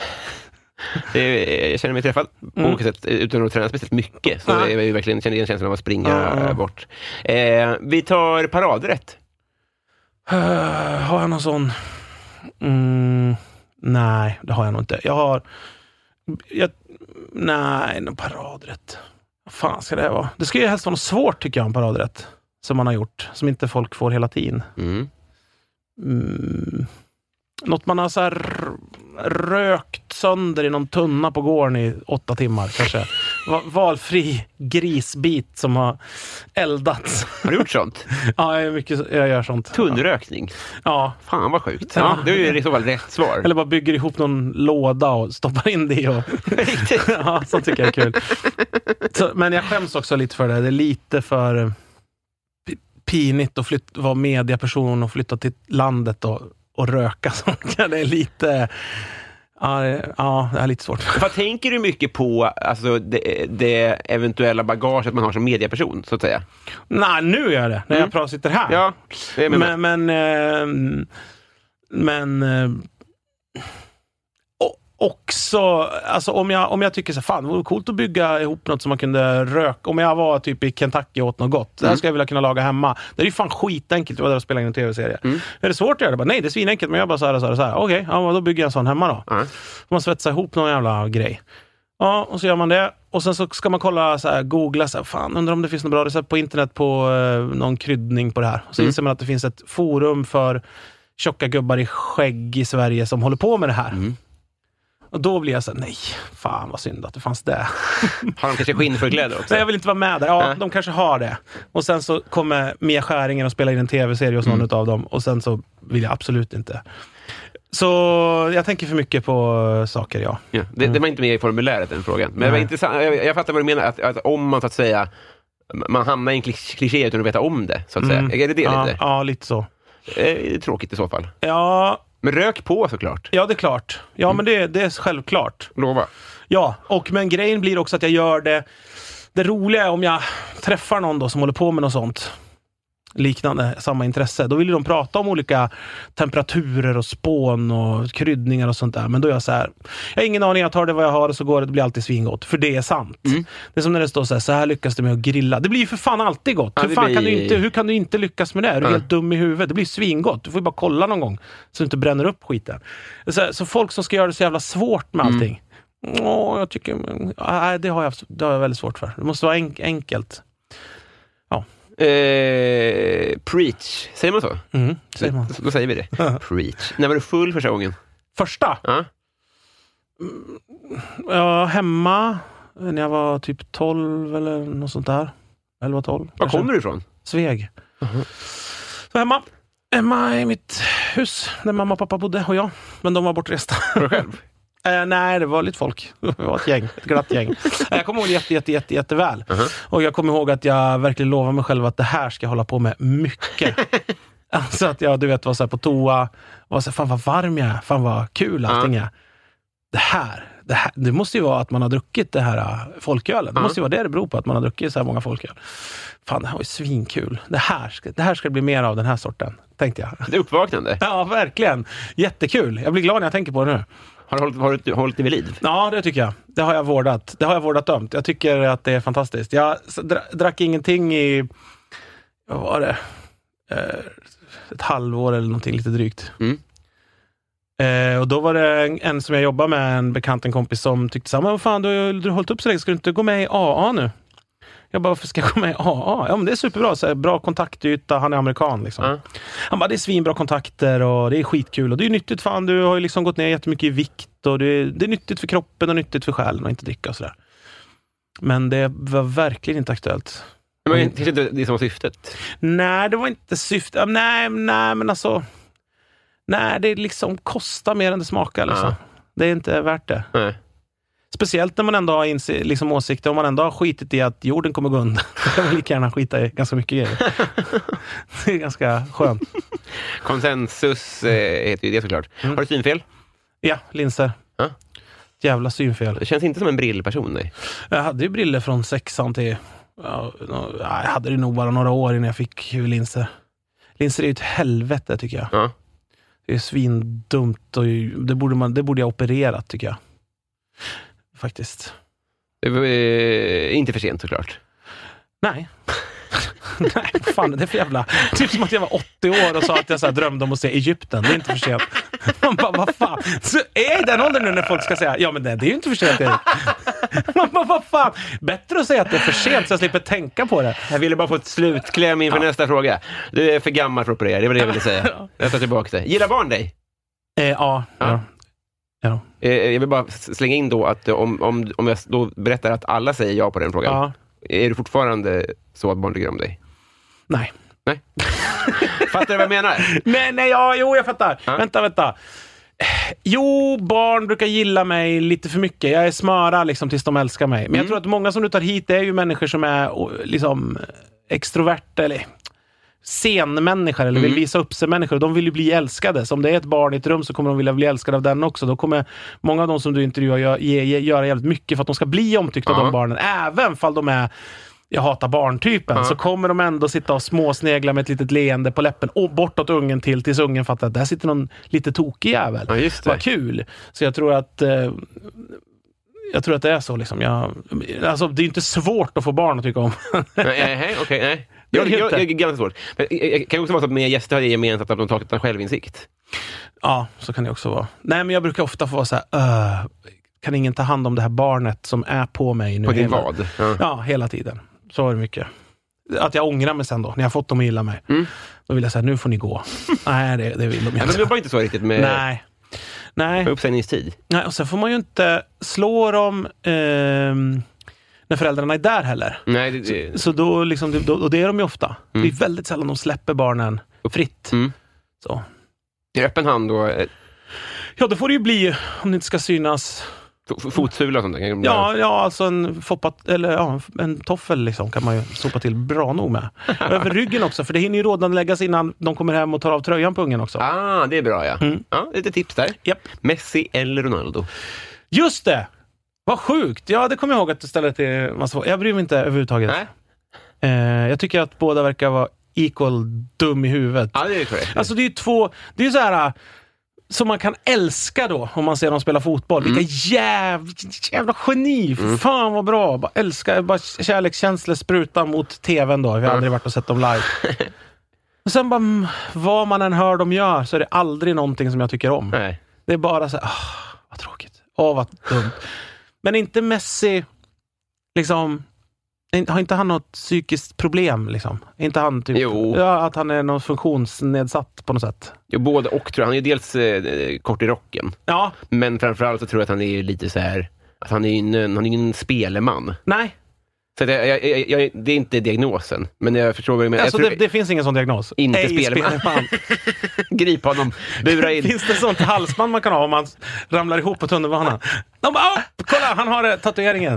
Är, jag känner mig träffad på mm. olika sätt utan att träna speciellt mycket. Så ja. Jag verkligen känner igen känslan av att springa mm. bort. Eh, vi tar paradrätt. Uh, har jag någon sån? Mm, nej, det har jag nog inte. Jag har... Jag, nej, någon paradrätt. Vad fan ska det vara? Det ska ju helst vara något svårt tycker jag om paradrätt. Som man har gjort. Som inte folk får hela tiden. Mm. Mm. Något man har så här rökt sönder i någon tunna på gården i åtta timmar kanske. Valfri grisbit som har eldats. Har du gjort sånt? Ja, jag, mycket, jag gör sånt. Tunnrökning? Ja. Fan vad sjukt. Ja, det är ju i så fall rätt svar. Eller bara bygger ihop någon låda och stoppar in det. Och... ja, sånt tycker jag är kul. Så, men jag skäms också lite för det. Det är lite för pinigt att flyt- vara mediaperson och flytta till landet och och röka sånt. Det är lite... Ja, det, ja, det är lite svårt. Vad tänker du mycket på, alltså, det, det eventuella bagaget man har som medieperson, så att säga? Nej, nu gör jag det. När mm. jag pratar sitter här. Ja, det är med men... Men... Eh, men eh, också, alltså om jag, om jag tycker så fan, det vore coolt att bygga ihop något som man kunde röka. Om jag var typ i Kentucky och åt något gott, det här ska jag vilja kunna laga hemma. Det är ju fan skitenkelt att vara där och spela in en tv-serie. Mm. Är det svårt att göra det? Bara, nej, det är svinenkelt, men jag bara så här och så här, så här. Okej, okay, ja, då bygger jag en sån hemma då. Mm. Man svetsar ihop någon jävla grej. Ja, och så gör man det. Och sen så ska man kolla, så här, googla, så här, fan, undrar om det finns något bra recept på internet på eh, någon kryddning på det här. Och så mm. inser man att det finns ett forum för tjocka gubbar i skägg i Sverige som håller på med det här. Mm. Och då blir jag så här, nej, fan vad synd att det fanns det. Har de kanske skinnförkläder också? Nej, jag vill inte vara med där. Ja, äh. de kanske har det. Och sen så kommer Mia Skäringen och spelar in en tv-serie hos någon mm. av dem. Och sen så vill jag absolut inte. Så jag tänker för mycket på saker, ja. ja det, det var inte med i formuläret, den frågan. Men det var intressant. Jag, jag fattar vad du menar. Att, att om man så att säga, man hamnar i en kliché utan att veta om det, så att säga. Mm. Är det det ja, lite? Ja, lite så. Det är tråkigt i så fall. Ja. Men rök på såklart. Ja, det är klart. Ja, mm. men det, det är självklart. Lova. Ja, och men grejen blir också att jag gör det. Det roliga är om jag träffar någon då som håller på med något sånt liknande, samma intresse. Då vill de prata om olika temperaturer och spån och kryddningar och sånt där. Men då är jag så här, jag har ingen aning, jag tar det vad jag har och så går det, det blir alltid svingott. För det är sant. Mm. Det är som när det står så här, så här lyckas du med att grilla. Det blir ju för fan alltid gott. Ja, hur, fan blir... kan du inte, hur kan du inte lyckas med det? Är du mm. helt dum i huvudet? Det blir svingott. Du får ju bara kolla någon gång så du inte bränner upp skiten. Så, så folk som ska göra det så jävla svårt med allting. Mm. Åh, jag tycker, nej, det har jag, det har jag väldigt svårt för. Det måste vara enk- enkelt. Ja. Eh, preach, säger man så? Mm, säger man. Då, då säger vi det. Uh-huh. Preach. När var du full första gången? Första? Uh-huh. Ja, hemma när jag var typ tolv eller något sånt där. elva tolv. Var kommer du ifrån? Sveg. Uh-huh. Så hemma. Hemma i mitt hus där mamma och pappa bodde och jag. Men de var bortresta. Var du själv? Eh, nej, det var lite folk. Det var ett gäng, ett glatt gäng. Jag kommer ihåg jätte, jätte, jätte, jätteväl. Uh-huh. Och jag kommer ihåg att jag verkligen lovade mig själv att det här ska jag hålla på med mycket. Alltså att jag, du vet, var så här på toa och var så här, fan vad varm jag är, fan vad kul allting är. Det här, det här, det måste ju vara att man har druckit det här folkölen. Det uh-huh. måste ju vara det det beror på, att man har druckit så här många folköl. Fan, det här var ju svinkul. Det här ska, det här ska bli mer av den här sorten, tänkte jag. Det är uppvaknande. Ja, verkligen. Jättekul. Jag blir glad när jag tänker på det nu. Har du hållit, har du hållit det vid liv? Ja, det tycker jag. Det har jag vårdat. Det har jag vårdat ömt. Jag tycker att det är fantastiskt. Jag drack ingenting i, vad var det? Ett halvår eller någonting, lite drygt. Mm. Eh, och då var det en, en som jag jobbar med, en bekant, en kompis som tyckte samma, vad fan, du, du har hållit upp så länge, ska du inte gå med i A A nu? Jag bara, varför ska jag gå med i A A? Ja, men det är superbra, så här, bra kontaktyta, han är amerikan liksom. Mm. Han bara, det är svinbra kontakter och det är skitkul och det är nyttigt, fan, du har ju liksom gått ner jättemycket i vikt och det är, det är nyttigt för kroppen och nyttigt för själen och inte dricka och sådär. Men det var verkligen inte aktuellt. Men det är inte det som var syftet? Nej, det var inte syftet. Nej, nej, men alltså, nej, det liksom kostar mer än det smakar liksom. Mm. Det är inte värt det. Nej. Speciellt när man ändå har inse, liksom åsikter, om man ändå har skitit i att jorden kommer gå under. Då kan man lika gärna skita i ganska mycket grejer. Det är ganska skönt. Konsensus eh, heter ju det såklart. Mm. Har du synfel? Ja, linser. Ja. Jävla synfel. Det känns inte som en brillperson, nej. Jag hade ju briller från sexan till... Ja, jag hade det nog bara några år innan jag fick linser. Linser är ju ett helvete, tycker jag. Ja. Det är svindumt och det borde, man, det borde jag operera, tycker jag. Faktiskt. Det var eh, inte för sent såklart. Nej. Nej, fan, det är för jävla... Typ som att jag var åttio år och sa att jag så här drömde om att se Egypten. Det är inte för sent. Man bara, vad fan? Så är i den åldern nu när folk ska säga, ja men det, det är ju inte för sent, Erik. Man bara, vad fan? Bättre att säga att det är för sent så jag slipper tänka på det. Jag ville bara få ett slutkläm inför ja. nästa fråga. Du är för gammal för att operera, det var det jag ville säga. Jag tar tillbaka det. Gillar barn dig? Eh, ja, ja. ja. Ja. Jag vill bara slänga in då att om, om, om jag då berättar att alla säger ja på den frågan. Ja. Är du fortfarande så att barn tycker om dig? Nej. Nej. Fattar du vad jag menar? Nej, nej, ja, jo, jag fattar. Ja. Vänta, vänta. Jo, barn brukar gilla mig lite för mycket. Jag är smöra liksom tills de älskar mig. Men mm. jag tror att många som du tar hit är ju människor som är liksom extroverta eller... scenmänniskor eller vill visa upp sig människor. De vill ju bli älskade. Så om det är ett barn i ett rum så kommer de vilja bli älskade av den också. Då kommer många av de som du intervjuar göra, göra jävligt mycket för att de ska bli omtyckta av uh-huh. de barnen. Även fall de är jag hatar barntypen, uh-huh. så kommer de ändå sitta och småsnegla med ett litet leende på läppen och bortåt ungen till tills ungen fattar att där sitter någon lite tokig jävel. Ja, just det. Vad kul. Så jag tror att eh, jag tror att det är så liksom. Jag, alltså, det är inte svårt att få barn att tycka om. nej, nej, okej, nej. Jag, jag, jag, jag är ganska svårt. Men jag, kan också vara så att med gäster har det gemensamt att de tagit en självinsikt. Ja, så kan det också vara. Nej, men jag brukar ofta få vara så här, uh, kan ingen ta hand om det här barnet som är på mig nu? På din vad? Ja. ja, hela tiden. Så är det mycket. Att jag ångrar mig sen då, när jag fått dem att gilla mig. Mm. Då vill jag säga, nu får ni gå. Nej, det, det vill de inte. Men de jobbar inte så riktigt med, Nej. Nej. med uppsägningstid. Nej, och sen får man ju inte slå dem eh, när föräldrarna är där heller. Nej, det, det... Så, så då, liksom, då, och det är de ju ofta. Mm. Det är väldigt sällan de släpper barnen fritt. Mm. Så. Det är öppen hand då? Ja, det får det ju bli om det inte ska synas... Fotsula och sånt där? Ja, ja, alltså en foppat, eller ja, en toffel liksom kan man ju sopa till bra nog med. Över ryggen också, för det hinner ju rådan läggas innan de kommer hem och tar av tröjan på ungen också. Ah, det är bra, ja. Mm. Ja, lite tips där. Yep. Messi eller Ronaldo? Just det! Vad sjukt! Ja, det kommer jag ihåg att du ställer till massa. Jag bryr mig inte överhuvudtaget. Nej. Eh, jag tycker att båda verkar vara equal dum i huvudet. Ja, det är korrekt. Alltså det är ju två, det är ju så här... som man kan älska då om man ser dem spela fotboll. Mm. Vilka jävla, jävla geni. Mm. Fan vad bra. Bara älskar, bara kärlekskänslor spruta mot tvn då. Vi har mm. aldrig varit och sett dem live. Och sen bara, vad man än hör dem gör så är det aldrig någonting som jag tycker om. Nej. Det är bara så här, åh, vad tråkigt. Åh, vad dumt. Men inte Messi liksom... Har inte han något psykiskt problem liksom? Inte han typ ja, att han är någon funktionsnedsatt på något sätt? Jo, både och tror jag. Han är ju dels eh, kort i rocken. Ja. Men framförallt så tror jag att han är lite så här att han är ju en, han är en speleman. Nej. Så det, jag, jag, jag, det är inte diagnosen, men jag förstår vad du menar. Alltså tror, det, det finns ingen sån diagnos. Inte Ej, speleman. speleman. Grip honom, bura in. Finns det sånt halsband man kan ha om man ramlar ihop på tunnelbanan? De bara, oh, kolla, han har tatueringen.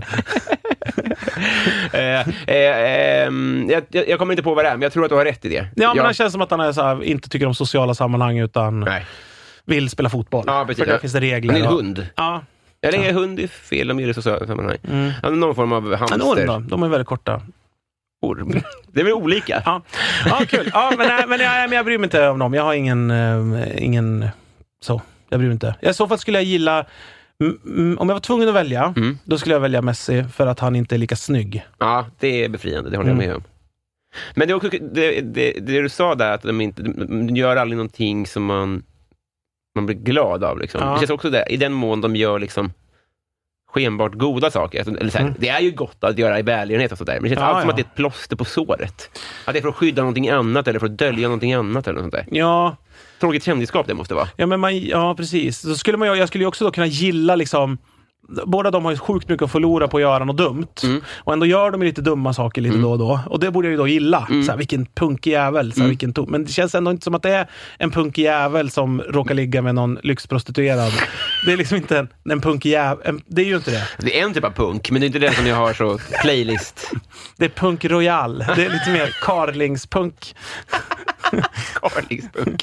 eh, eh, eh, jag, jag kommer inte på vad det är, men jag tror att du har rätt i det. Ja, men jag... det känns som att han är så här, inte tycker om sociala sammanhang utan Nej. vill spela fotboll. Ja, precis. För där finns det regler. Han är en hund. Ja. Ja, det är hund är fel, de gillar sociala sammanhang. Mm. Ja, någon form av hamster. En orm då, de är väldigt korta. Orm. Det är väl olika. Ja, ja kul. Ja, men, nej, men, jag, men jag bryr mig inte om dem. Jag har ingen, äh, ingen så. Jag bryr mig inte. I så fall skulle jag gilla m- om jag var tvungen att välja, mm. då skulle jag välja Messi för att han inte är lika snygg. Ja, det är befriande, det håller mm. jag med om. Men det är också det, det, det du sa där, att de inte de gör aldrig någonting som man man blir glad av liksom. Ja. Det känns också där, i den mån de gör liksom skenbart goda saker. Eller så här, mm. det är ju gott att göra i välgörenhet och sådär, men det känns ja, allt som ja. att det är ett plåster på såret. Att det är för att skydda någonting annat eller för att dölja någonting annat eller något sånt där. Ja. Tråkigt kändisskap det måste vara. Ja, men man, ja precis. Så skulle man, jag skulle ju också då kunna gilla liksom, båda de har ju sjukt mycket att förlora på att göra något dumt. Mm. Och ändå gör de lite dumma saker lite mm. då och då. Och det borde jag ju då gilla. Mm. Såhär, vilken punkig jävel. Såhär, mm. vilken to- Men det känns ändå inte som att det är en punkig jävel som råkar ligga med någon lyxprostituerad. Det är liksom inte en, en punkig jävel. En, det är ju inte det. Det är en typ av punk, men det är inte den som jag har så playlist. Det är punk royal. Det är lite mer karlingspunk. Karlingspunk.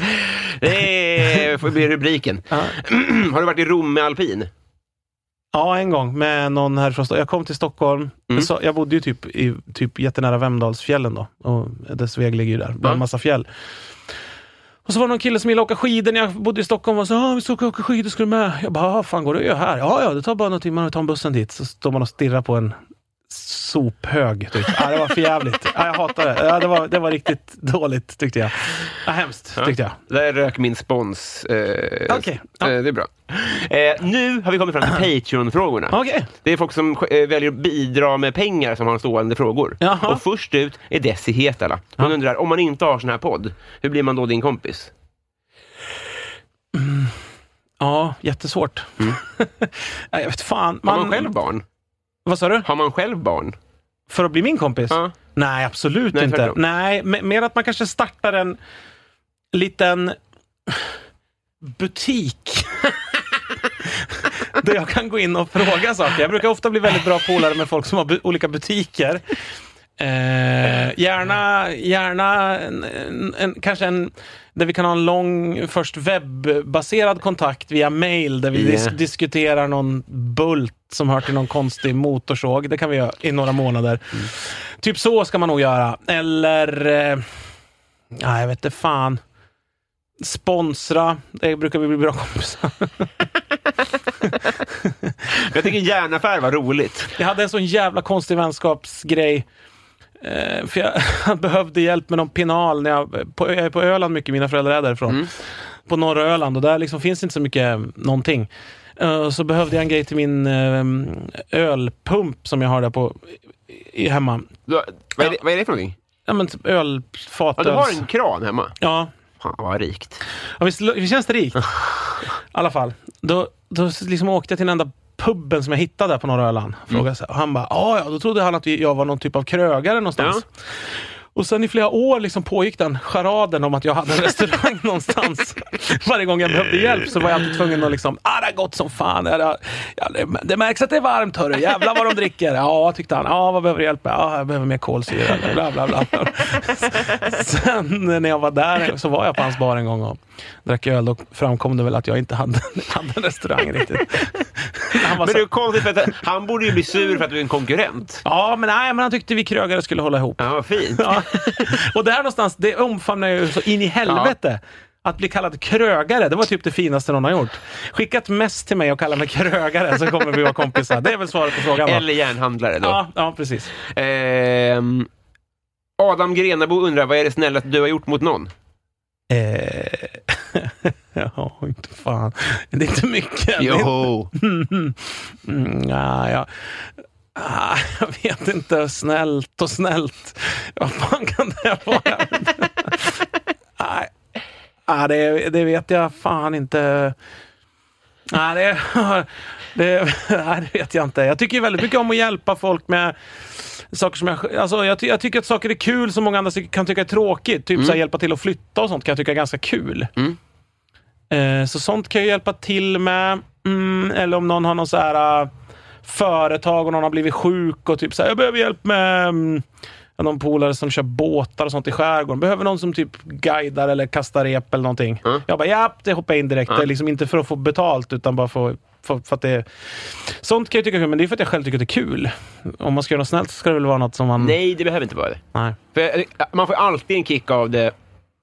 Det får bli rubriken. Uh-huh. Har du varit i Rom med alpin? Ja, en gång med någon här från Stockholm. Jag kom till Stockholm. Mm. Så jag bodde ju typ i typ jättenära Vemdalsfjällen då. Och dess väg ligger ju där. Bland en massa fjäll. Och så var det någon kille som ville åka skidor när jag bodde i Stockholm och sa, ja, vi ska åka skidor, ska du med? Jag bara, fan går det att göra här? Ja, ja, det tar bara några timmar att ta en bussen dit. Så står man och stirrar på en sophög typ. Ja, det var för jävligt. Ja, jag hatar det. Ja, det var, det var riktigt dåligt tyckte jag. Ja, hemskt tyckte jag. Ja, där rök min spons. Eh, okay. Ja. eh, det är bra. Eh, nu har vi kommit fram till Patreon-frågorna. Okay. Det är folk som eh, väljer att bidra med pengar som har stående frågor. Jaha. Och först ut är Desi Hetala. Hon ja. undrar, om man inte har sån här podd, hur blir man då din kompis? Mm. Ja, jättesvårt. Mm. Jag vet fan. Man... Har man själv barn? Vad sa du? Har man själv barn? För att bli min kompis? Ja. Nej, absolut Nej, inte. Nej, mer att man kanske startar en liten butik. Där jag kan gå in och fråga saker. Jag brukar ofta bli väldigt bra polare med folk som har bu- olika butiker. Eh, gärna gärna en, en, en, kanske en där vi kan ha en lång först webbaserad kontakt via mail där vi yeah. dis- diskuterar någon bult som hör till någon konstig motorsåg. Det kan vi göra i några månader. Mm. Typ så ska man nog göra. Eller eh, ja, jag vet inte fan. Sponsra. Det brukar vi bli bra kompisar. Jag tycker järnaffär var roligt. Jag hade en sån jävla konstig vänskapsgrej. Eh, för jag behövde hjälp med någon pinal när jag, på, jag är på Öland mycket, mina föräldrar är därifrån. Mm. På norra Öland och där liksom finns inte så mycket någonting. Uh, så behövde jag en grej till min uh, ölpump som jag har där på i, hemma. Du, vad, är det, vad är det för någonting? Ja men typ ölfat. Ja, du har en kran hemma? Ja. Fan, vad rikt. Ja, visst, visst känns det rikt? I alla fall. Då, då liksom åkte jag till den enda puben som jag hittade där på norra Öland. Frågade mm. så här, och han bara, ja, då trodde han att jag var någon typ av krögare någonstans. Ja. Och sen i flera år liksom pågick den charaden om att jag hade en restaurang någonstans. Varje gång jag behövde hjälp så var jag alltid tvungen att liksom, ah, det är gott som fan. Ja, det, det märks att det är varmt, hörru. Jävlar vad de dricker. Ja, tyckte han. Ja, vad behöver du hjälp med? Ja, jag behöver mer kolsyra. Bla, bla, bla. Sen när jag var där så var jag på hans bar en gång och drack öl. Då framkom det väl att jag inte hade, hade en restaurang riktigt. Men det är konstigt för att han borde ju bli sur för att du är en konkurrent. Ja, men nej, men han tyckte vi krögare skulle hålla ihop. Ja, vad fint. Ja. Och där någonstans, det omfamnar ju så in i helvete. Ja. Att bli kallad krögare, det var typ det finaste någon har gjort. Skickat mest till mig och kalla mig krögare så kommer vi vara kompisar. Det är väl svaret på frågan då. Eller järnhandlare då. Ja, ja precis. Eh, Adam Grenabo undrar, vad är det snällaste du har gjort mot någon? Eh, ja, inte fan. Det är inte mycket. Jo. Mm, ja, ja. Ah, jag vet inte, snällt och snällt. Vad fan kan det vara? Nej. Ah, det, det vet jag fan inte. Nej, det, det, nej, det vet jag inte. Jag tycker väldigt mycket om att hjälpa folk med saker som jag... Alltså, jag, ty, jag tycker att saker är kul som många andra kan tycka är tråkigt. Typ mm. så här, hjälpa till att flytta och sånt kan jag tycka är ganska kul. Mm. Eh, så sånt kan jag hjälpa till med. Mm, eller om någon har någon så här... Uh, företag och någon har blivit sjuk och typ så här, jag behöver hjälp med um, någon polare som kör båtar och sånt i skärgården. Behöver någon som typ guidar eller kastar rep eller någonting. Mm. Jag bara, ja, det hoppar in direkt. Mm. Det är liksom inte för att få betalt utan bara för, för, för att det... Sånt kan jag tycka är kul, men det är för att jag själv tycker att det är kul. Om man ska göra något snällt så ska det väl vara något som man... Nej, det behöver inte vara det. Nej. För man får alltid en kick av det.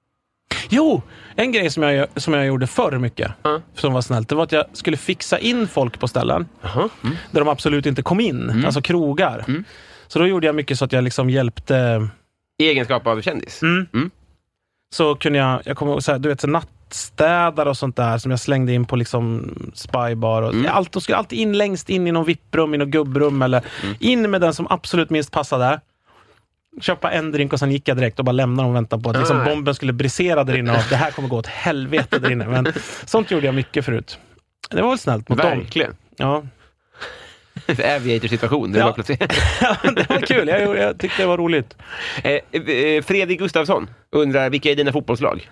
Jo, en grej som jag, som jag gjorde förr mycket, mm. som var snällt, det var att jag skulle fixa in folk på ställen uh-huh. mm. där de absolut inte kom in, mm. alltså krogar. Mm. Så då gjorde jag mycket så att jag liksom hjälpte... I egenskap av kändis? Mm. Mm. Så kunde jag, jag kommer ihåg så här, du vet, så nattstädare och sånt där som jag slängde in på liksom spybar. Och, mm. allt, de skulle alltid in längst in i någon vipprum, i någon gubbrum eller mm. in med den som absolut minst passade. Köpa en drink och sen gick jag direkt och bara lämnade och väntade på att liksom bomben skulle brisera där inne och det här kommer gå åt helvete där inne. Men sånt gjorde jag mycket förut. Det var väl snällt mot Verkligen. dem. Verkligen. Ja. Aviator-situation. Det, ja. var ja, det var kul. Jag, jag tyckte det var roligt. Eh, eh, Fredrik Gustafsson undrar, vilka är dina fotbollslag?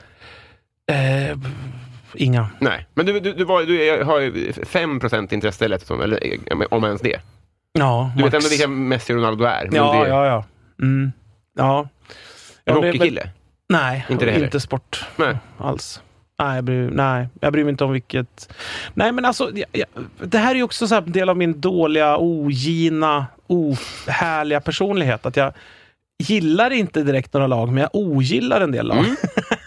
Eh, inga. Nej, men du, du, du, var, du har ju fem procent intresse eller, eller om ens det. Ja, du max. vet ändå vilka Messi och Ronaldo är. Ja, det... ja, ja. Mm. Ja. Rockkille? Nej, inte, det inte sport nej. alls. Nej jag, bryr, nej, jag bryr mig inte om vilket... Nej, men alltså, jag, jag, det här är ju också så här en del av min dåliga, ogina, ohärliga personlighet. Att jag gillar inte direkt några lag, men jag ogillar en del lag. Mm.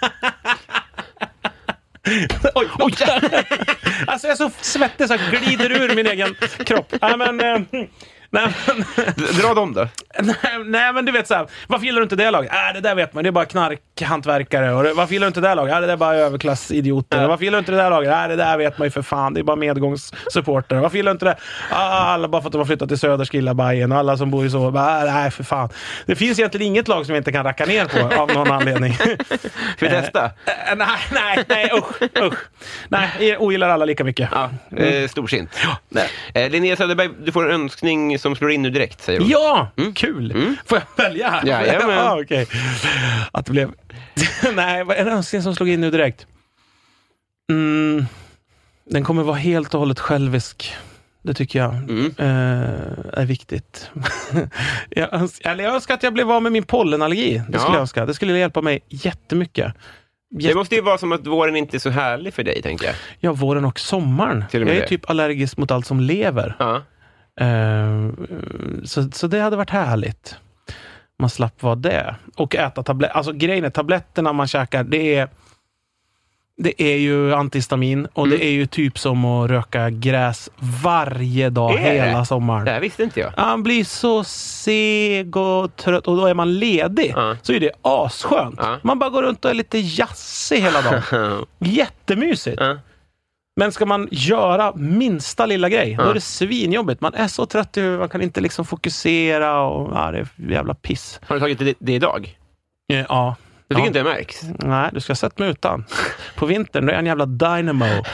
oj, oj. Alltså jag är så svettig så jag glider ur min egen kropp. Nej, men... Eh, Nej, men, dra dem då. Nej, nej men du vet så här, varför gillar du inte det laget? Äh, det där vet man, det är bara knarkhantverkare. Och det, varför gillar du inte det laget? Äh, det där är bara överklassidioter. Ja. Varför gillar du inte det där laget? Äh, det där vet man ju för fan, det är bara medgångssupporter. Varför gillar du inte det? Ah, alla bara för att de har flyttat till Söderskilla Bajen och alla som bor i så, bara, nej för fan. Det finns egentligen inget lag som jag inte kan racka ner på av någon anledning. Ska vi testa? Äh, nej, nej, nej, usch, usch. Nej, jag ogillar alla lika mycket. Ja, eh, storsint. Ja. Eh, Linnea Söderberg, du får en önskning som slår in nu direkt, säger hon. Ja, mm. kul. Mm. Får jag välja här? Ja, ja, men... ah, okej. Att det blev... Nej, vad är det önskning som slog in nu direkt? Mm. Den kommer vara helt och hållet självisk. Det tycker jag mm. eh, är viktigt. jag, önskar, eller jag önskar att jag blev av med min pollenallergi. Det skulle ja. jag önska. Det skulle hjälpa mig jättemycket. Jätte... Det måste ju vara som att våren inte är så härlig för dig, tänker jag. Ja, våren och sommaren. Jag är det. typ allergisk mot allt som lever. Ja. Eh, så, så det hade varit härligt. Man slapp vara det. Och äta tabletter. Alltså grejen är, tabletterna man käkar, det är det är ju antihistamin och mm. det är ju typ som att röka gräs varje dag hela det? sommaren. Det här visste inte jag. Man blir så seg och trött och då är man ledig. Uh. Så är det asskönt. Uh. Man bara går runt och är lite jassig hela dagen. Jättemysigt. Uh. Men ska man göra minsta lilla grej, uh. då är det svinjobbigt. Man är så trött, man kan inte liksom fokusera och ja, det är jävla piss. Har du tagit det, det idag? Ja. Jag tycker ja. inte det märks. Nej, du ska ha sett mig utan. På vintern, då är jag en jävla dynamo. jag,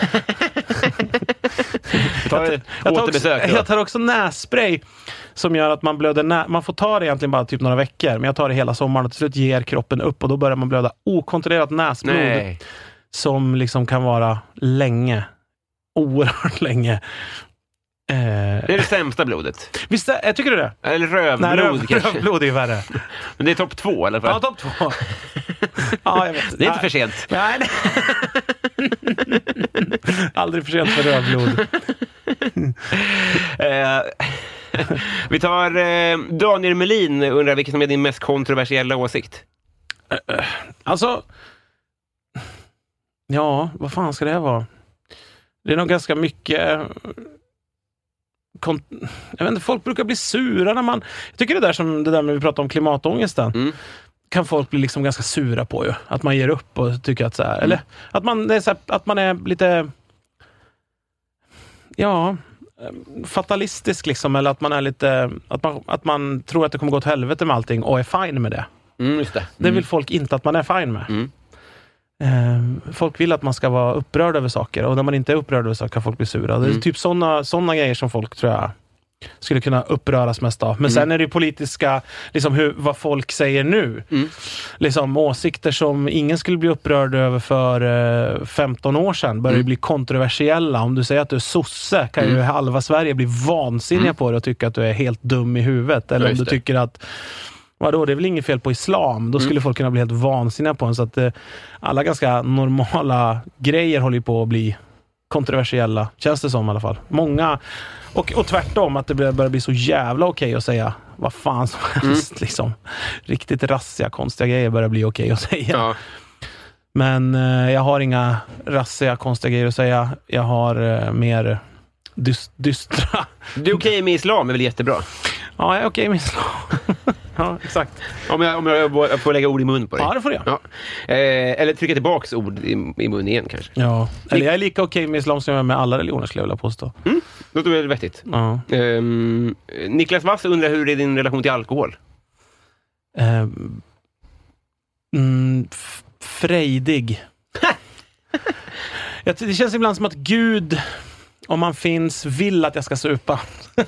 tar, jag, tar också, jag tar också nässpray som gör att man blöder nä- man får ta det egentligen bara typ några veckor, men jag tar det hela sommaren och till slut ger kroppen upp och då börjar man blöda okontrollerat näsblod. Nej. Som liksom kan vara länge. Oerhört länge. Det är det sämsta blodet. Visst, jag tycker du det? Eller rövblod. Nej, röv, kanske. Rövblod är ju värre. Men det är topp två, eller? Ja, topp två. Ja, jag vet. Det är inte för sent. Nej, nej. Aldrig för sent för rövblod. uh, vi tar uh, Daniel Melin undrar vilken som är din mest kontroversiella åsikt. Uh, uh, alltså, ja, vad fan ska det vara? Det är nog ganska mycket... Kon- jag vet inte, folk brukar bli sura när man... Jag tycker det där som det där med vi pratar om klimatångesten. Mm. Kan folk bli liksom ganska sura på ju. Att man ger upp och tycker att så här... Mm. Eller att man, det är så här, att man är lite... Ja... fatalistisk liksom. Eller att man är lite... Att man, att man tror att det kommer gå åt helvete med allting och är fine med det. Mm, just det. Mm. Det vill folk inte att man är fine med. Mm. Folk vill att man ska vara upprörd över saker och när man inte är upprörd över saker kan folk bli sura. Mm. Det är typ sådana såna grejer som folk tror jag skulle kunna uppröras mest av. Men mm. sen är det ju politiska, liksom hur, vad folk säger nu. Mm. Liksom åsikter som ingen skulle bli upprörd över för eh, femton år sedan börjar mm. bli kontroversiella. Om du säger att du är sosse kan mm. ju halva Sverige bli vansinniga mm. på det och tycka att du är helt dum i huvudet. Eller om du det. tycker att vadå, det är väl inget fel på islam. Då skulle mm. folk kunna bli helt vansinniga på en. Så att eh, alla ganska normala grejer håller på att bli kontroversiella. Känns det som i alla fall. Många, och, och tvärtom att det börjar bli så jävla okej okay att säga vad fan som helst. Mm. Liksom. Riktigt rassiga, konstiga grejer börjar bli okej okay att säga. Ja. Men eh, jag har inga rassiga, konstiga grejer att säga. Jag har eh, mer dyst- dystra. Du är okej okay med islam är väl jättebra? Ja, jag är okej okay med islam. Ja, exakt. Om jag, om jag får lägga ord i mun på dig. Ja, det får jag. Ja. Eh, eller trycka tillbaks ord i, i mun igen kanske. Ja, eller jag är lika okej med islam som jag är med alla religioner skulle jag vilja påstå. Mm, då tror jag det är vettigt. Ja. Eh, Niklas Wass undrar hur är din relation till alkohol? Eh, mm, f- frejdig. Det känns ibland som att Gud, om man finns, vill att jag ska supa.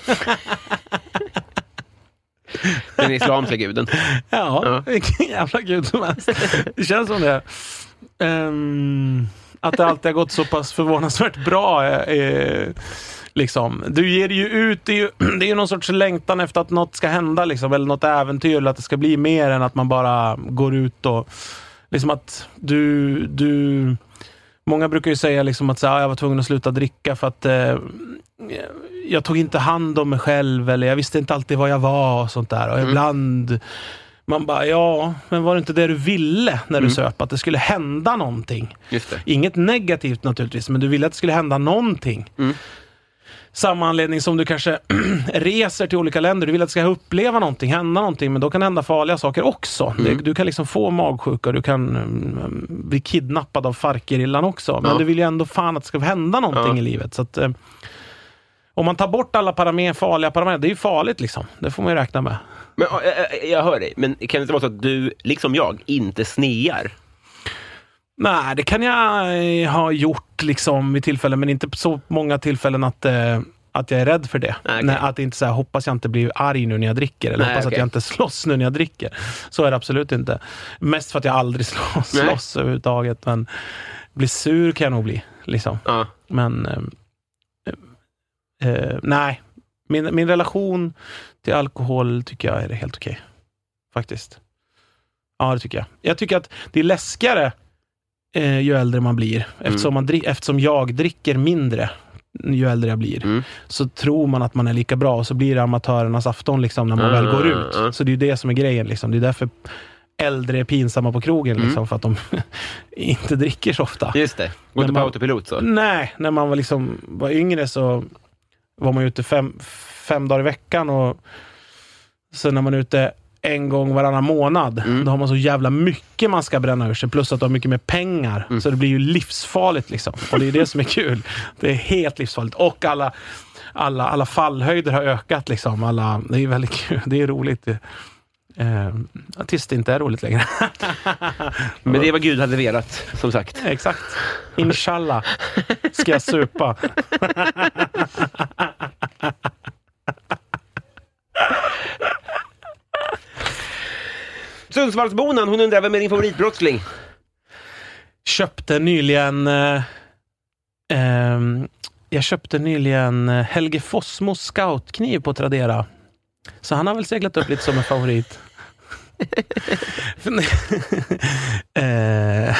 Den islamska guden. Ja, ja. Vilken jävla gud som helst. Det känns som det. Um, att det alltid har gått så pass förvånansvärt bra. Eh, liksom. Du ger ju ut, det är ju, det är ju någon sorts längtan efter att något ska hända. Liksom, eller något äventyr, eller att det ska bli mer än att man bara går ut och... Liksom att du... du många brukar ju säga liksom att så här, jag var tvungen att sluta dricka för att... Eh, jag tog inte hand om mig själv eller jag visste inte alltid vad jag var och sånt där. Och mm. ibland man bara, ja, men var det inte det du ville när du mm. söp? Att det skulle hända någonting. Just det. Inget negativt naturligtvis, men du ville att det skulle hända någonting. Mm. Samma anledning som du kanske reser till olika länder. Du vill att det ska uppleva någonting, hända någonting, men då kan det hända farliga saker också. Mm. Du kan liksom få magsjuka, du kan um, bli kidnappad av farkerillan också. Men ja. du vill ju ändå fan att det ska hända någonting ja. i livet. Så att... Um, om man tar bort alla parametrar, farliga parametrar, det är ju farligt liksom. Det får man ju räkna med. Men jag, jag hör dig, men kan det inte vara så att du, liksom jag, inte snear? Nej, det kan jag ha gjort liksom vid tillfällen, men inte på så många tillfällen att, eh, att jag är rädd för det. Ah, okay. Nej, att inte så här, hoppas jag inte blir arg nu när jag dricker, eller Nej, hoppas okay. att jag inte slåss nu när jag dricker. Så är det absolut inte. Mest för att jag aldrig slåss, slåss överhuvudtaget, men bli sur kan jag nog bli, liksom. Ah. Men... Eh, eh, nej. Min, min relation till alkohol tycker jag är helt okej. Faktiskt. Ja, det tycker jag. Jag tycker att det är läskigare eh, ju äldre man blir. Eftersom, man, eftersom jag dricker mindre ju äldre jag blir. Mm. Så tror man att man är lika bra och så blir det amatörernas afton liksom, när man mm. väl går ut. Mm. Så det är ju det som är grejen. Liksom. Det är därför äldre är pinsamma på krogen. Liksom, mm. För att de inte dricker så ofta. Just det. Går inte på autopilot så? Nej, när man var, liksom, var yngre så var man ute fem, fem dagar i veckan och så när man är ute en gång varannan månad, mm. då har man så jävla mycket man ska bränna ur sig, plus att du har mycket mer pengar, mm. så det blir ju livsfarligt liksom, och det är det som är kul, det är helt livsfarligt, och alla alla, alla fallhöjder har ökat liksom, alla, det är väldigt kul, det är roligt det, eh, tills det inte är roligt längre. Men det är vad Gud hade velat, som sagt. Exakt, inshallah ska jag supa. Sundsvallsbonan, hon undrar vem är din favoritbrottsling? Köpte nyligen eh, eh, jag köpte nyligen Helge Fossmos scoutkniv på Tradera. Så han har väl seglat upp lite som en favorit. eh,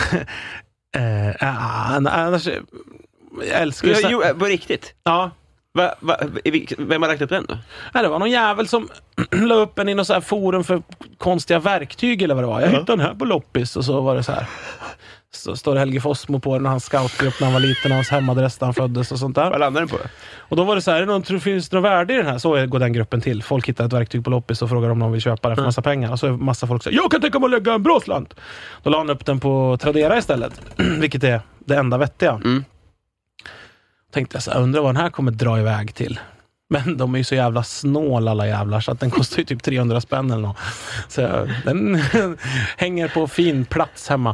eh, annars jag älskar ju... Jo, på riktigt? Ja. Va, va, vem har lagt upp den då? Nej, det var någon jävel som la upp en i något så här forum för konstiga verktyg eller vad det var. Jag hittade den här på loppis och så var det så här. Så står Helge Fossmo på den, hans scoutgrupp när han var liten, hans hemadress där han föddes och sånt där. Vad landade den på? Och då var det så här, någon, tror det finns något värde i den här? Så går den gruppen till. Folk hittar ett verktyg på loppis och frågar om någon vill köpa det för massa pengar. Och så är massa folk säger, jag kan tänka mig att lägga en bra slant. Då la han upp den på Tradera istället. Vilket är det enda vettiga. Mm. Tänkte jag så här, undrar vad den här kommer dra iväg till. Men de är ju så jävla snål alla jävlar, så att den kostar ju typ trehundra spänn eller något. Så den hänger på fin plats hemma.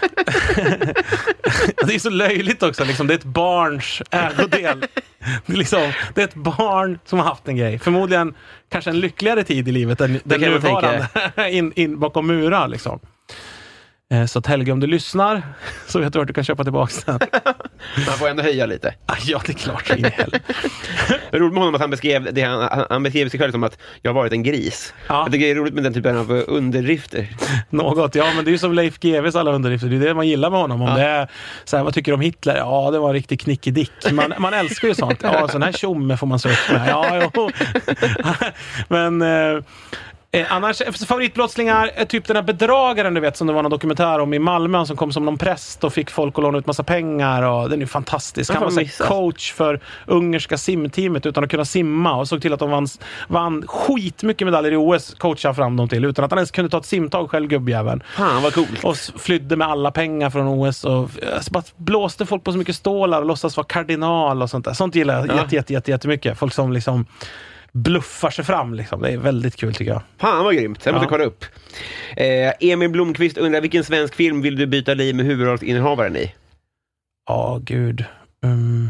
Det är så löjligt också, liksom. Det är ett barns ägodel. Det är, liksom, det är ett barn som har haft en grej. Förmodligen kanske en lyckligare tid i livet än den nuvarande. in, in bakom murar liksom. Så att Helge, om du lyssnar så vet du att du kan köpa tillbaka den. Man får ändå höja lite. Ja, det är klart. Det är roligt med honom att han beskrev, det, han, han beskrev sig själv som att jag har varit en gris. Ja. Jag tycker det är roligt med den typen av underdrifter. Något, ja, men det är ju som Leif G W:s alla underdrifter. Det är det man gillar med honom. Om ja. det är så här, vad tycker du om Hitler? Ja, det var en riktig knickedick. Man, man älskar ju sånt. Ja, sån här tjomme får man se upp med. Ja, jo. Men... Eh, Eh, annars, favoritbrottslingar är typ den här bedragaren, du vet, som det var någon dokumentär om i Malmö, som kom som någon präst och fick folk att låna ut massa pengar, och den är fantastisk. Han var så coach för ungerska simteamet utan att kunna simma och såg till att de vann, vann skitmycket medaljer i O S, coachade fram dem till utan att han ens kunde ta ett simtag själv, gubbjäveln. Fan, vad coolt. Och flydde med alla pengar från O S och alltså, bara blåste folk på så mycket stålar och låtsas vara kardinal och sånt där. Sånt gillar jag ja. jätte, jätte, jätte, jättemycket. Folk som liksom bluffar sig fram liksom. Det är väldigt kul tycker jag. Fan vad grymt, jag måste ja. kolla upp. eh, Emil Blomqvist undrar, vilken svensk film vill du byta liv med huvudrollsinnehavaren i? Ja, oh, gud um...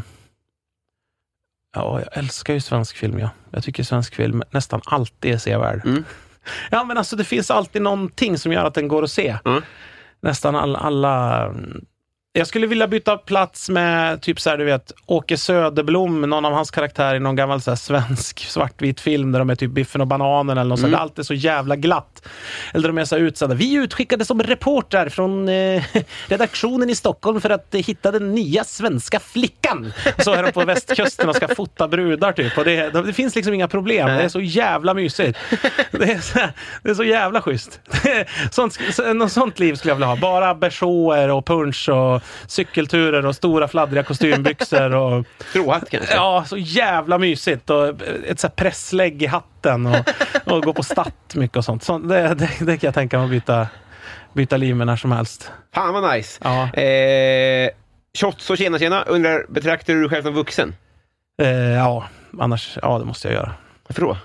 Ja, jag älskar ju svensk film, ja. Jag tycker svensk film nästan alltid är sevärd. Mm. Ja, men alltså det finns alltid någonting som gör att den går att se. Mm. Nästan all, alla... Jag skulle vilja byta plats med typ så här, du vet, Åke Söderblom, någon av hans karaktärer i någon gammal så här svensk svartvit film där de är typ Biffen och bananen eller något mm. så. Det är alltid så jävla glatt. Eller de är så utsatta. Vi utskickade som reporter från eh, redaktionen i Stockholm för att eh, hitta den nya svenska flickan. Så är de på västkusten och ska fota brudar typ. Och det, det finns liksom inga problem. Det är så jävla mysigt. Det är så, det är så jävla schysst. Sånt, så, något sånt liv skulle jag vilja ha. Bara bersåer och punch och cykelturer och stora fladdriga kostymbyxor och stråhatt kanske. Ja, så jävla mysigt och ett så här presslägg i hatten och, och gå på stat mycket och sånt. Så det, det, det kan jag tänka mig att byta, byta liv med när som helst. Fan vad nice. Ja. Eh, Shots och tjena tjena, undrar, betraktar du dig själv som vuxen? Eh, ja, annars, ja det måste jag göra. Varför då?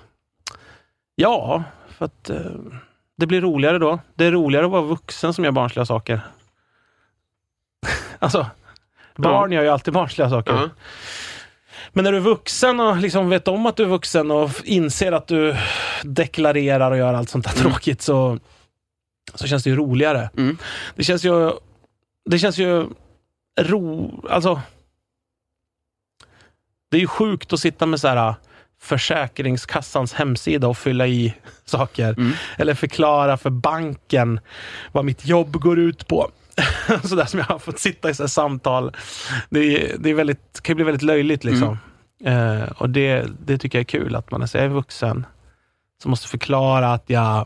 Ja, för att eh, det blir roligare då. Det är roligare att vara vuxen som gör barnsliga saker. Alltså, barn gör ju alltid barnsliga saker. Uh-huh. Men när du är vuxen och liksom vet om att du är vuxen och inser att du deklarerar och gör allt sånt där mm. tråkigt, så, så känns det ju roligare. Mm. Det känns ju det känns ju ro, alltså Det är ju sjukt att sitta med så här Försäkringskassans hemsida och fylla i saker. Mm. Eller förklara för banken vad mitt jobb går ut på. Sådär som jag har fått sitta i så här samtal. Det, är, det är väldigt, kan bli väldigt löjligt liksom. Mm. Eh, och det, det tycker jag är kul att man är så är vuxen. Så måste förklara att jag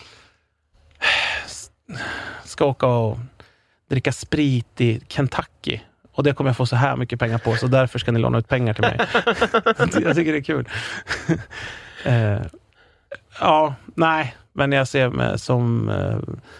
ska åka och dricka sprit i Kentucky. Och det kommer jag få så här mycket pengar på. Så därför ska ni låna ut pengar till mig. Jag tycker det är kul. uh, ja, nej. Men jag ser mig som uh,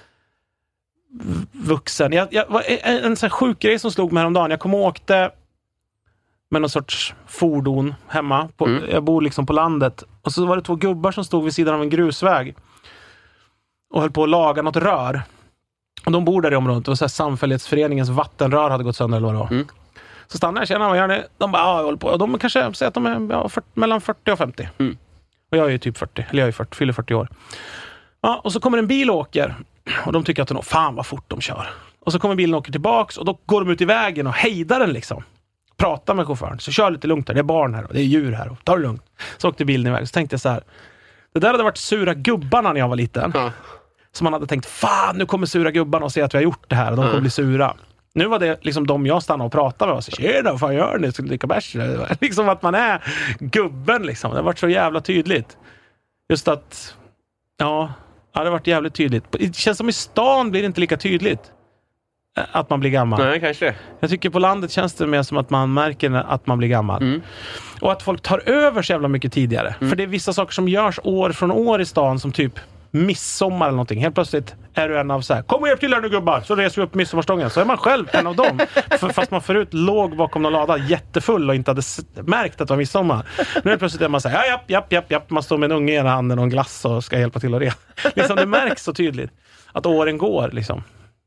vuxen. Jag, jag, en, en sån här sjuk grej som slog mig häromdagen. Jag kom och åkte med någon sorts fordon hemma. På, mm. Jag bor liksom på landet. Och så var det två gubbar som stod vid sidan av en grusväg. Och höll på att laga något rör. Och de bor där i området. Det var så här samfällighetsföreningens vattenrör hade gått sönder eller vad det var. Mm. Så stannade jag, känner vad gör ni? De bara, ja, jag håller på. Och de kanske säger att de är ja, fyrtio, mellan fyrtio och femtio. Mm. Och jag är ju typ fyrtio. Eller jag är fyrtio, fyller fyrtio år. Ja, och så kommer en bil och åker. Och de tycker att de, fan vad fort de kör. Och så kommer bilen och åker tillbaks. Och då går de ut i vägen och hejdar den liksom. Pratar med chauffören. Så kör lite lugnt här. Det är barn här och det är djur här. Och ta det lugnt. Så åkte bilen iväg. Så tänkte jag så här. Det där hade varit sura gubbarna när jag var liten. Ja. Så man hade tänkt, fan nu kommer sura gubbarna och se att vi har gjort det här. Och de kommer mm. bli sura. Nu var det liksom de jag stannade och pratade med. Och så, tjena, vad fan gör ni? Ska ni dricka bärs? Liksom att man är gubben liksom. Det har varit så jävla tydligt. Just att, ja, det har varit jävligt tydligt. Det känns som i stan blir det inte lika tydligt. Att man blir gammal. Nej, kanske. Jag tycker på landet känns det mer som att man märker att man blir gammal. Mm. Och att folk tar över så jävla mycket tidigare. Mm. För det är vissa saker som görs år från år i stan som typ midsommar eller någonting. Helt plötsligt är du en av så här, kom och hjälp till här nu gubbar, så reser vi upp midsommarstången. Så är man själv en av dem. För, fast man förut låg bakom någon lada jättefull och inte hade s- märkt att det var midsommar. Nu är plötsligt är man så här, ja, japp, japp, japp, japp. Man står med en unge i ena handen och en glass och ska hjälpa till att re. Liksom, det märks så tydligt att åren går liksom.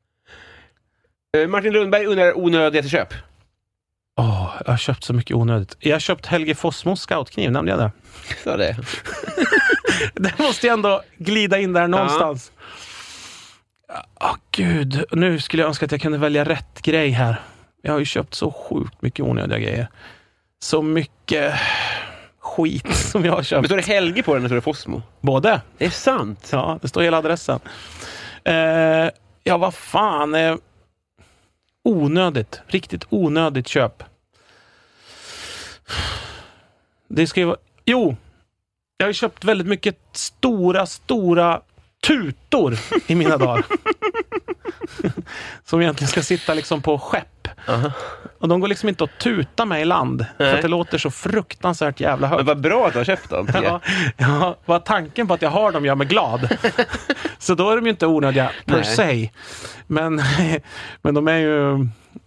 Martin Lundberg undrar onödiga till köp. Åh, oh, jag har köpt så mycket onödigt. Jag har köpt Helge Fossmos scoutkniv, nämnde jag det? Så det. Det måste jag ändå glida in där någonstans. Åh ja. oh, gud, nu skulle jag önska att jag kunde välja rätt grej här. Jag har ju köpt så sjukt mycket onödiga grejer. Så mycket skit som jag har köpt. Men står det Helge på den eller står det Fossmo? Både. Det är sant. Ja, det står hela adressen. Eh, ja, vad fan är... Onödigt. Riktigt onödigt köp. Det ska ju vara... Jo! Jag har köpt väldigt mycket stora, stora tutor i mina dagar. Som egentligen ska sitta liksom på skepp. Uh-huh. Och de går liksom inte att tuta mig i land. Nej. För att det låter så fruktansvärt jävla högt. Men vad bra att du har köpt dem. Ja, ja, vad tanken på att jag har dem gör mig glad. Så då är de ju inte onödiga per se. Men, men de är ju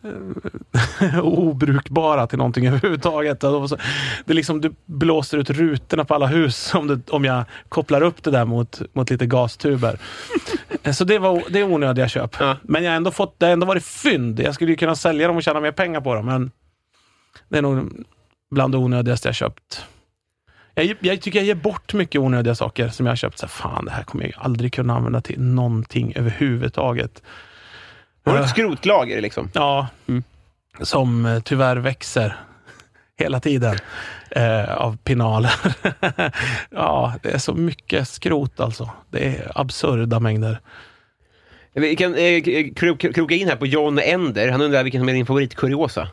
obrukbara till någonting överhuvudtaget. Det är liksom, du blåser ut rutorna på alla hus om, det, om jag kopplar upp det där mot, mot lite gastuber. Så det, var, det är onödiga köp. Ja. Men jag har ändå fått, det har ändå varit fynd. Jag skulle ju kunna sälja dem och tjäna mer pengar på dem. Men det är nog bland det onödigaste jag köpt. Jag, jag tycker jag ger bort mycket onödiga saker som jag har köpt. Så fan, det här kommer jag aldrig kunna använda till någonting överhuvudtaget. Har du ett skrotlager liksom? Ja, mm. Som tyvärr växer hela tiden eh, av pinaler. Ja, det är så mycket skrot alltså. Det är absurda mängder. Vi kan eh, kroka, kroka in här på John Ender. Han undrar vilken som är din favoritkuriosa.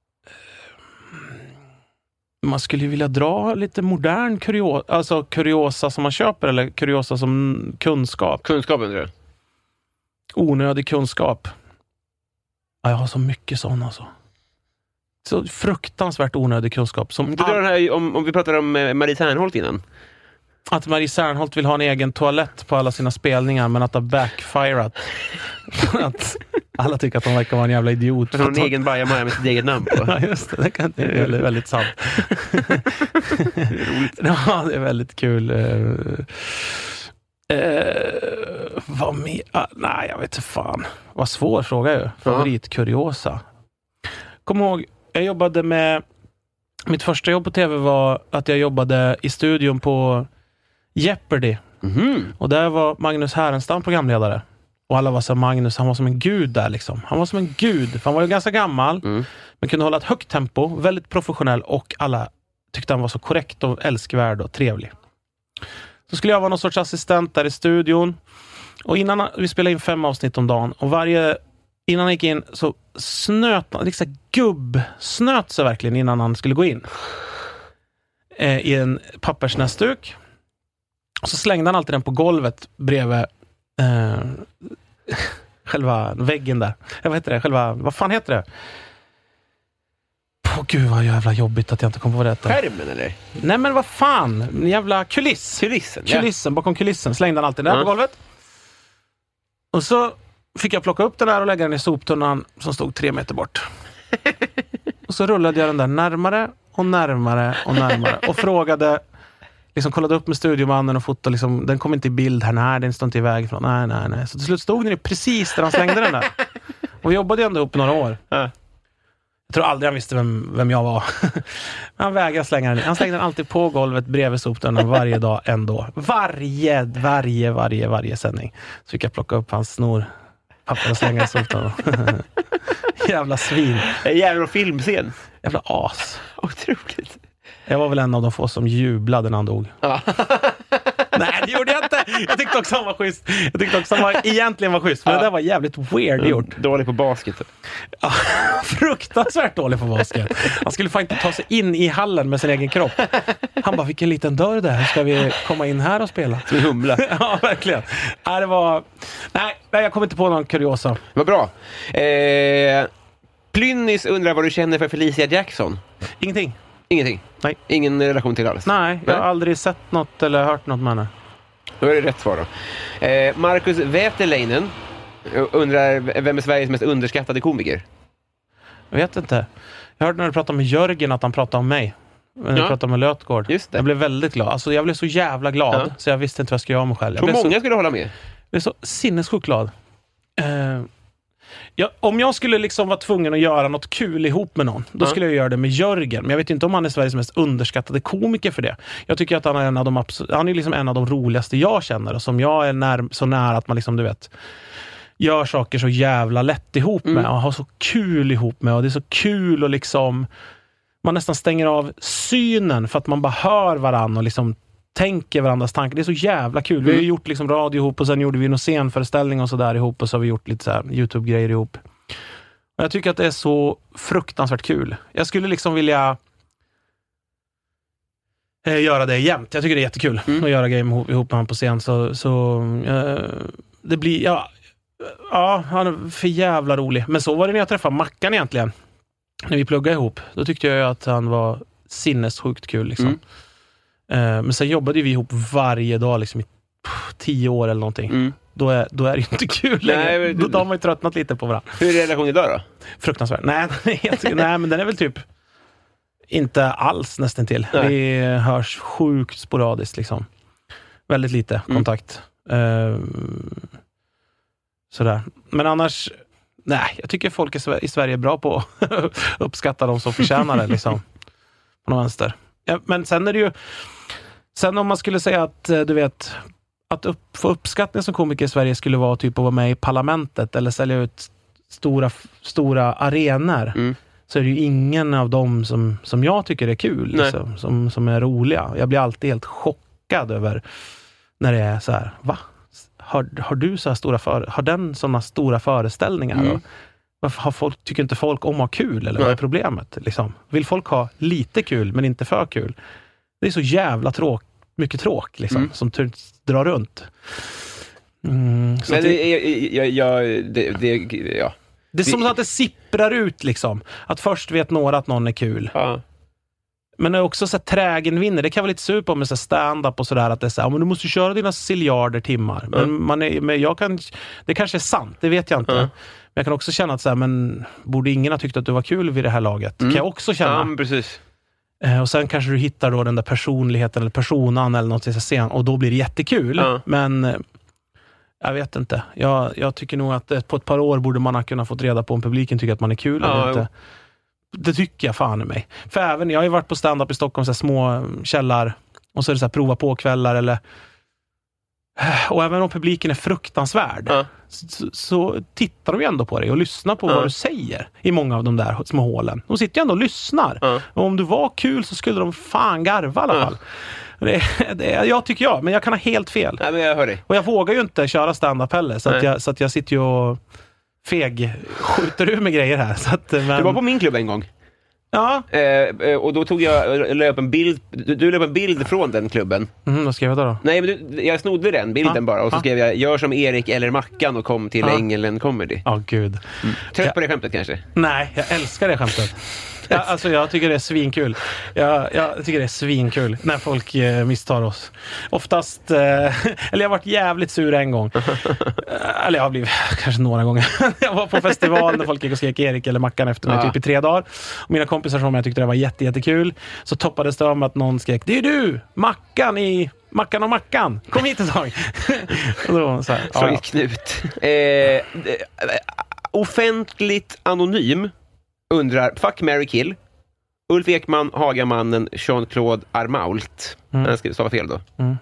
Man skulle ju vilja dra lite modern kuriosa, alltså kuriosa som man köper eller kuriosa som kunskap. Kunskap undrar du? Onödig kunskap. Ja, jag har så mycket sån alltså. Så fruktansvärt onödig kunskap. Som du all... den här, om, om vi pratar om eh, Marie Serneholt innan. Att Marie Serneholt vill ha en egen toalett på alla sina spelningar, men att det har backfirat. Att alla tycker att hon verkar vara en jävla idiot. För hon har en egen bajamaja med sitt eget namn på. Ja, just det. Det, kan, det är väldigt, väldigt sant. Det är roligt. Ja, det är väldigt kul. Uh, uh, vad med? Uh, nej, jag vet inte fan. Vad svår fråga ju. Favoritkuriosa. Kom ihåg, jag jobbade med... Mitt första jobb på tv var att jag jobbade i studion på Jeopardy. Mm-hmm. Och där var Magnus Härenstam programledare. Och alla var så Magnus, han var som en gud där liksom. Han var som en gud, för han var ju ganska gammal. Mm. Men kunde hålla ett högt tempo, väldigt professionell. Och alla tyckte han var så korrekt och älskvärd och trevlig. Så skulle jag vara någon sorts assistent där i studion. Och innan vi spelade in fem avsnitt om dagen. Och varje, innan han gick in så snöt han, liksom gubb, snöt sig verkligen innan han skulle gå in. Eh, I en pappersnäsduk. Och så slängde han alltid den på golvet bredvid eh, själva väggen där. Ja, vad heter det? Själva, vad fan heter det? Åh gud vad jävla jobbigt att jag inte kom på det. Skärmen eller? Nej men vad fan, en jävla kuliss. Kulissen, Kulissen, ja. Bakom kulissen slängde han alltid där mm. på golvet. Och så fick jag plocka upp den där och lägga den i soptunnan som stod tre meter bort. Och så rullade jag den där närmare och närmare och närmare och frågade, liksom kollade upp med studiomannen och fotade, liksom, den kom inte i bild här, nej den stod inte i väg från, nej nej nej. Så till slut stod den precis där han slängde den där. Och vi jobbade ändå upp några år. Ja. Jag tror aldrig han visste vem, vem jag var. Han vägrade slänga den. Han slängde den alltid på golvet bredvid soptunnan varje dag ändå. Varje, varje, varje, varje sändning. Så fick jag plocka upp hans snor. Pappa och slänga i soptunnan. Jävla svin. En jävla filmscen. Jävla as. Otroligt. Jag var väl en av de få som jublade när han dog. Ja. Nej, det gjorde jag inte. Jag tyckte också han var schysst. Jag tyckte också han var, egentligen var schysst. Men ja. Det där var jävligt weird gjort. Dålig på basket. Ja, fruktansvärt dålig på basket. Han skulle fan inte ta sig in i hallen med sin egen kropp. Han bara, vilken liten dörr där. Hur ska vi komma in här och spela? Som en humla. Ja, verkligen. Nej, det var... Nej, jag kom inte på någon kuriosa. Vad bra. Eh... Plynnis undrar vad du känner för Felicia Jackson. Ingenting. Ingenting? Nej. Ingen relation till alls? Nej, jag har aldrig sett något eller hört något med henne. Då är det rätt svar då. Eh, Marcus Wäterleinen undrar, vem är Sveriges mest underskattade komiker? Jag vet inte. Jag hörde när du pratade med Jörgen att han pratade om mig. När du ja. pratade med Lötgård. Just det. Jag blev väldigt glad. Alltså jag blev så jävla glad ja. så jag visste inte vad jag skulle göra mig själv. Jag tror många så, skulle hålla med. Jag blev så sinnessjukt glad. Eh, Ja, om jag skulle liksom vara tvungen att göra något kul ihop med någon, då skulle jag göra det med Jörgen. Men jag vet inte om han är Sveriges mest underskattade komiker för det. Jag tycker att han är en av de absolut, han är liksom en av de roligaste jag känner och som jag är när, så nära att man liksom, du vet, gör saker så jävla lätt ihop med mm. och har så kul ihop med och det är så kul och liksom man nästan stänger av synen för att man bara hör varann och liksom tänker varandras tankar. Det är så jävla kul. Mm. Vi har gjort liksom radio ihop och sen gjorde vi en scenföreställning och så där ihop och så har vi gjort lite så här YouTube-grejer ihop. Och jag tycker att det är så fruktansvärt kul. Jag skulle liksom vilja eh, göra det jämt. Jag tycker det är jättekul mm. att göra grejer ihop, ihop med honom på scen. Så, så eh, det blir, ja, ja, han är för jävla rolig. Men så var det när jag träffade Mackan egentligen. När vi pluggade ihop. Då tyckte jag att han var sinnessjukt kul liksom. Mm. Men sen jobbade vi ihop varje dag liksom i pff, tio år eller någonting. Mm. Då, är, då är det inte kul längre. Nej, då, då har man ju tröttnat lite på varandra. Hur är relationen idag då? Fruktansvärt. Nej, nej, men den är väl typ inte alls nästan till. Nej. Vi hörs sjukt sporadiskt liksom. Väldigt lite mm. kontakt. Uh, sådär. Men annars, nej, jag tycker folk i Sverige är bra på att uppskatta de som förtjänar det liksom. På någon vänster. Ja, men sen är det ju sen om man skulle säga att du vet att upp, få uppskattning som komiker i Sverige skulle vara typ att vara med i parlamentet eller sälja ut stora, stora arenor mm. så är det ju ingen av dem som, som jag tycker är kul liksom, som, som är roliga. Jag blir alltid helt chockad över när det är så här, va? Har, har du så här stora för, har den sådana stora föreställningar mm. och varför har folk, tycker inte folk om att ha kul? Eller Nej. vad är problemet? Liksom? Vill folk ha lite kul men inte för kul? Det är så jävla tråk, mycket tråk liksom, mm. som t- drar runt. Mm, så men det, det, jag, jag, det, det, ja. det är som att det sipprar ut liksom. Att först vet några att någon är kul. Ja. Men också så att trägen vinner. Det kan vara lite sur på med så stand-up och sådär. Att det är så här, men du måste köra dina siljarder timmar. Men, mm. man är, men jag kan, det kanske är sant, det vet jag inte. Mm. Men jag kan också känna att så här, men borde ingen ha tyckt att du var kul vid det här laget? Mm. Kan jag också känna. Ja, precis. Eh, och sen kanske du hittar då den där personligheten eller personan eller något i scen och då blir det jättekul. Ja. Men eh, jag vet inte. Jag, jag tycker nog att eh, på ett par år borde man ha kunnat fått reda på om publiken tycker att man är kul ja, eller inte. Det tycker jag fan i mig. För även, jag har ju varit på stand-up i Stockholm, så här små källar och så är det så här prova på kvällar eller och även om publiken är fruktansvärd ja. så, så tittar de ju ändå på dig och lyssnar på mm. vad du säger i många av de där små hålen. De sitter ju ändå och lyssnar. Mm. Och om du var kul så skulle de fan garva i alla fall. Mm. Det, det, jag tycker jag, men jag kan ha helt fel. Nej, men jag hör dig. Och jag vågar ju inte köra stand-up heller, så att, jag, så att jag sitter ju och feg skjuter ur med grejer här. Så att, men... Du var på min klubb en gång. Ja. Eh, och då tog jag löp en bild. Du, du löp en bild från den klubben. Mm, vad skrev jag då? då? Nej, men du, jag snodde den bilden ja. bara. Och så ja. skrev jag, gör som Erik eller Mackan och kom till ja. Ängelen Comedy. Ja, oh, gud. Mm. Trött ja. på det skämtet kanske? Nej, jag älskar det skämtet. Ja, alltså jag tycker det är svinkul. Jag, jag tycker det är svinkul när folk eh, misstar oss. Oftast, eh, eller jag har varit jävligt sur en gång. Eh, eller jag har blivit kanske några gånger. Jag var på festival när folk gick och skrek Erik eller Mackan efter mig ja. typ i tre dagar. Och mina kompisar som jag tyckte det var jätte, jättekul. Så toppades det om att någon skrek, det är du, Mackan i Mackan och Mackan. Kom hit ett tag. Och då, så här, ja, ja. Knut. Eh, offentligt anonym undrar, fuck, marry, kill. Ulf Ekman, Hagamannen, Jean-Claude Armault. Mm. Jag ska svara fel då. Mm.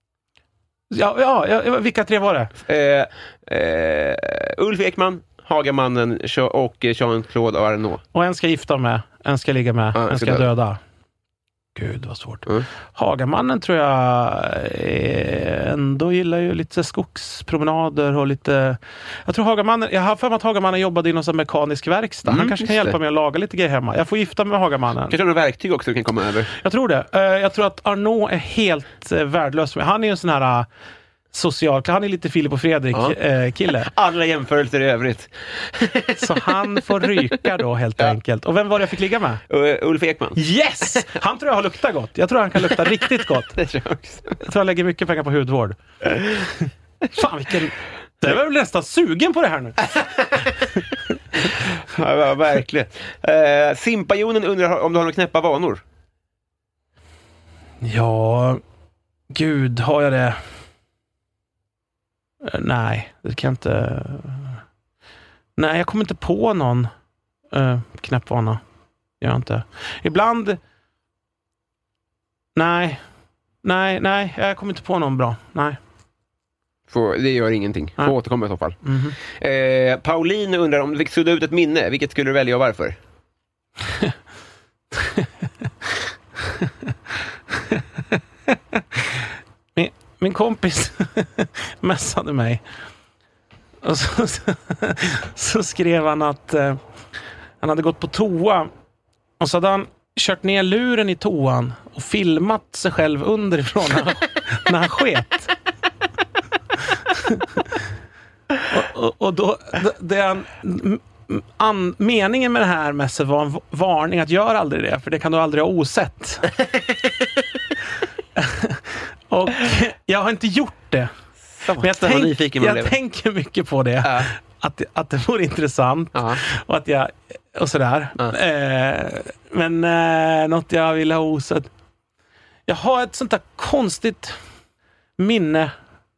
Ja, ja, ja, vilka tre var det? Eh, eh, Ulf Ekman, Hagamannen och Jean-Claude Arnault. Och en ska gifta med, en ska ligga med, ja, en ska, ska döda. döda. Gud, vad svårt. Mm. Hagamannen tror jag eh, ändå gillar ju lite skogspromenader och lite... Jag tror Hagamannen... Jag har för mig att Hagamannen jobbade i någon sån mekanisk verkstad. Mm, han kanske kan hjälpa det. mig att laga lite grejer hemma. Jag får gifta mig med Hagamannen. Kanske har några verktyg också du kan komma över. Jag tror det. Uh, jag tror att Arnault är helt uh, värdelös. Han är ju en sån här... Uh, social, han är lite Filip och Fredrik ja. eh, kille. Alla jämförelser i övrigt. Så han får ryka då helt ja. enkelt. Och vem var det jag fick ligga med? Uh, Ulf Ekman. Yes! Han tror jag har luktat gott. Jag tror han kan lukta riktigt gott. Det tror jag också. Jag tror jag lägger mycket pengar på hudvård. Fan vilken... Det var väl nästan sugen på det här nu. Ja, verkligen. Uh, Simpajonen undrar om du har några knäppa vanor. Ja, gud, har jag det? Nej, det kan jag inte... Nej, jag kommer inte på någon uh, knäppvana. Jag inte. Ibland... Nej. Nej, nej, jag kommer inte på någon bra. Nej. Får, det gör ingenting. Får återkomma i så fall. Mm-hmm. Eh, Pauline undrar om du fick sudda ut ett minne. Vilket skulle du välja och varför? min, min kompis messade mig. Och så, så, så skrev han att eh, han hade gått på toa. Och så hade han kört ner luren i toan och filmat sig själv underifrån när han, när han sket. och, och, och då det han, an, meningen med det här mässet var en varning att göra aldrig det, för det kan du aldrig ha osett. Och jag har inte gjort det. Men jag, tänk, jag tänker mycket på det. Äh. Att, att det vore intressant. Uh-huh. Och att jag och sådär. Uh-huh. Eh, men eh, något jag vill ha osett. Jag har ett sånt där konstigt minne.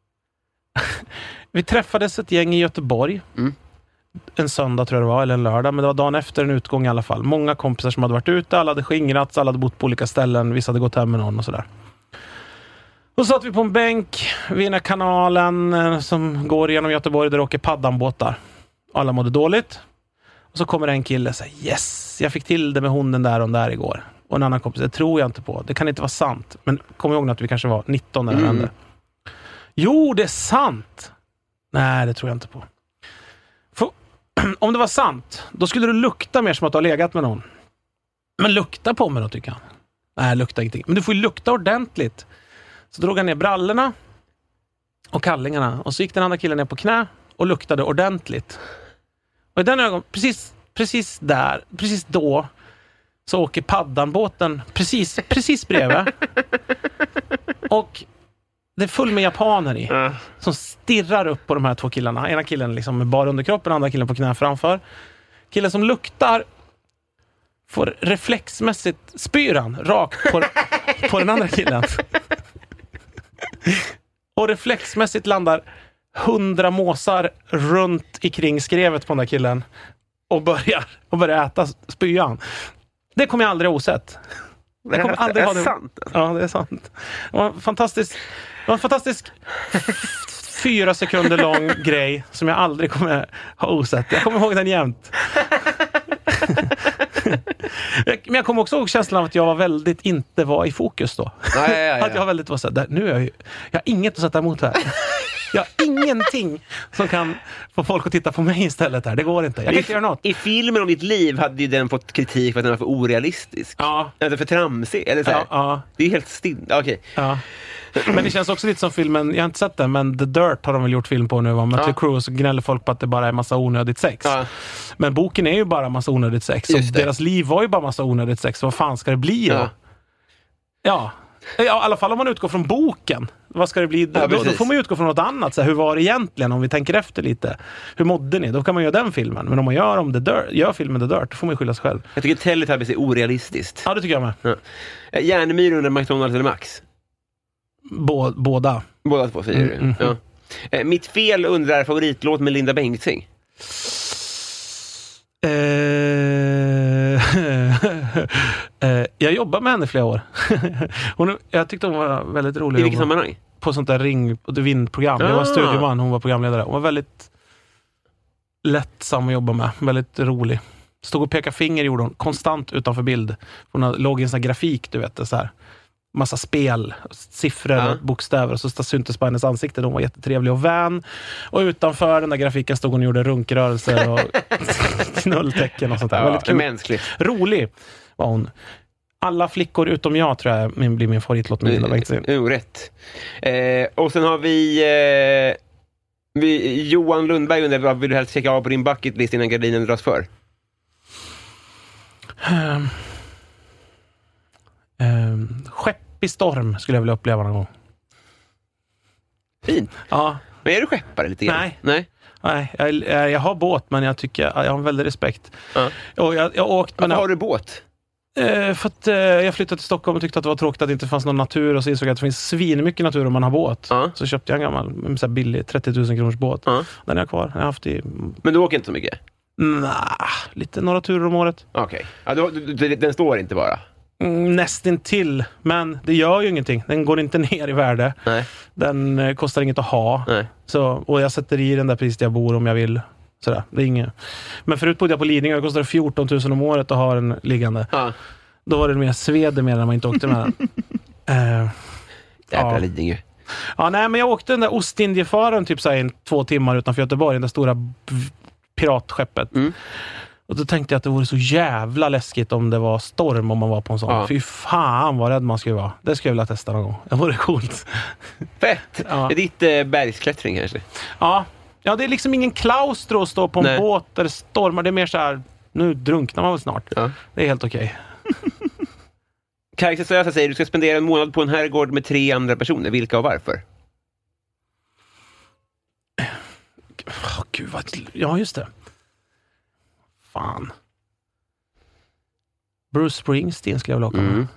Vi träffades ett gäng i Göteborg. Mm. En söndag tror jag det var, eller en lördag. Men det var dagen efter en utgång i alla fall. Många kompisar som hade varit ute. Alla hade skingrats, alla hade bott på olika ställen. Vissa hade gått hem med någon och sådär. Och så satt vi på en bänk vid den här kanalen som går genom Göteborg där det åker paddanbåtar. Alla mådde dåligt. Och så kommer en kille och säger, yes, jag fick till det med hunden där och där igår. Och en annan kompis, det tror jag inte på. Det kan inte vara sant. Men kom ihåg att vi kanske var nitton när det hände. Jo, det är sant. Nej, det tror jag inte på. För, om det var sant, då skulle det lukta mer som att du har legat med någon. Men lukta på mig då, tycker han. Nej, lukta ingenting. Men du får ju lukta ordentligt. Så drog han ner brallorna och kallingarna. Och så gick den andra killen ner på knä och luktade ordentligt. Och i den ögon, precis, precis där, precis då, så åker paddanbåten precis, precis bredvid. Och det är full med japaner i. Mm. Som stirrar upp på de här två killarna. Ena killen liksom med bara underkroppen, andra killen på knä framför. Killen som luktar får reflexmässigt spyran rakt på, på den andra killen. Och reflexmässigt landar hundra måsar runt ikring skrevet på den där killen. Och börjar, och börjar äta spyan. Det kommer jag aldrig ha osett. Det kommer aldrig är ha det. Sant. Ja, det är sant. Det var en fantastisk, det var en fantastisk fyra sekunder lång grej som jag aldrig kommer ha osett. Jag kommer ihåg den jämt. Men jag kommer också ihåg känslan av att jag var väldigt inte var i fokus då. Ja, ja, ja, ja. Att jag var väldigt var så här, nu är jag ju, jag har inget att sätta emot här. Jag har ingenting som kan få folk att titta på mig istället här. Det går inte. Jag kan I, inte göra något. I filmen om ditt liv hade ju den fått kritik för att den var för orealistisk. Ja. Eller för tramsig. Eller så här. Ja, ja. Det är helt stilla. Okej. Okay. Ja. Men det känns också lite som filmen, jag har inte sett den, men The Dirt har de väl gjort film på nu. Med ja. Cruise och gnäller folk på att det bara är massa onödigt sex. Ja. Men boken är ju bara massa onödigt sex. Och deras liv var ju bara massa onödigt sex. Vad fan ska det bli då? Ja. Ja. Ja, i alla fall om man utgår från boken. Vad ska det bli? Ja, då, då får man ju utgå från något annat. Så här, hur var det egentligen om vi tänker efter lite? Hur mådde ni? Då kan man göra den filmen. Men om man gör, om The Dirt, gör filmen The Dirt, då får man ju skylla sig själv. Jag tycker Teletubbies är orealistiskt. Ja, det tycker jag med. Ja. Järnemyr under McDonald's eller Max? Bå, båda. Båda två säger du. Mm, mm. Ja. Eh, mitt fel undrar favoritlåt med Linda Bengtzing. Eh, eh, jag jobbar med henne flera år. hon, jag tyckte hon var väldigt rolig. I vilket sammanhang? På sånt där ring- och vindprogram. Ah. Jag var studieman, hon var programledare. Hon var väldigt lättsam att jobba med. Väldigt rolig. Stod och pekade finger gjorde hon. Konstant utanför bild. Hon låg i en sån här grafik, du vet. Så här. Massa spel, siffror och ja. bokstäver. Och så syntes på hennes ansikte. De var jättetrevliga och vän. Och utanför den där grafiken stod hon och gjorde runkrörelser och knulltecken och sånt där. Ja, väldigt kul. Mänskligt. Rolig var hon. Alla flickor utom jag tror jag min, blir min favoritlåt med Linda Bengtzing. Jo, rätt. Eh, och sen har vi, eh, vi Johan Lundberg undrar, vad vill du helst checka av på din bucketlist innan gardinen dras för? Um. Um, skepp i storm skulle jag vilja uppleva någon gång. Fint. Ja. Men är du skeppare lite grann? Nej. Nej. Nej, jag, jag har båt, men jag tycker jag har en väldigt respekt. Ja. Och jag, jag åkt, men Varför har du båt? Eh, för att eh, jag flyttade till Stockholm och tyckte att det var tråkigt att det inte fanns någon natur, och så insåg jag att det finns svin mycket natur om man har båt. Ja. Så köpte jag en gammal så här billig trettio tusen kronors båt. Ja. Den är jag kvar. Jag har haft i... Men du åker inte så mycket? Nah, lite några turer om året. Okej. Okay. Ja, du, du, den står inte bara? Mm, nästintill, men det gör ju ingenting. Den går inte ner i värde. Nej. Den eh, kostar inget att ha. Nej. Så, och jag sätter i den där priset jag bor om jag vill. Sådär, det är inget. Men förut bodde jag på Lidingö, det kostade fjorton tusen om året att ha den liggande. Ja. Då var det mer sveder med när man inte åkte med den. uh, Jävla ja. Lidingö. Ja, nej, men jag åkte den där Ostindiefararen typ såhär, två timmar utanför Göteborg, den där stora b- piratskeppet. Mm. Och då tänkte jag att det vore så jävla läskigt om det var storm om man var på en sån. Ja. Fy fan vad rädd man skulle vara. Det skulle jag vilja testa någon gång. Det vore coolt. Fett! Ja. Det är ditt eh, bergsklättring kanske? Ja. Ja, det är liksom ingen klaustro att stå på en Nej. båt där det stormar. Det är mer så här, nu drunknar man väl snart. Ja. Det är helt okej. Kajsa Sösa säger, du ska spendera en månad på en herrgård med tre andra personer. Vilka och varför? Oh, gud, vad... Ja, just det. Fan. Bruce Springsteen skulle jag vilja åka med. Mm.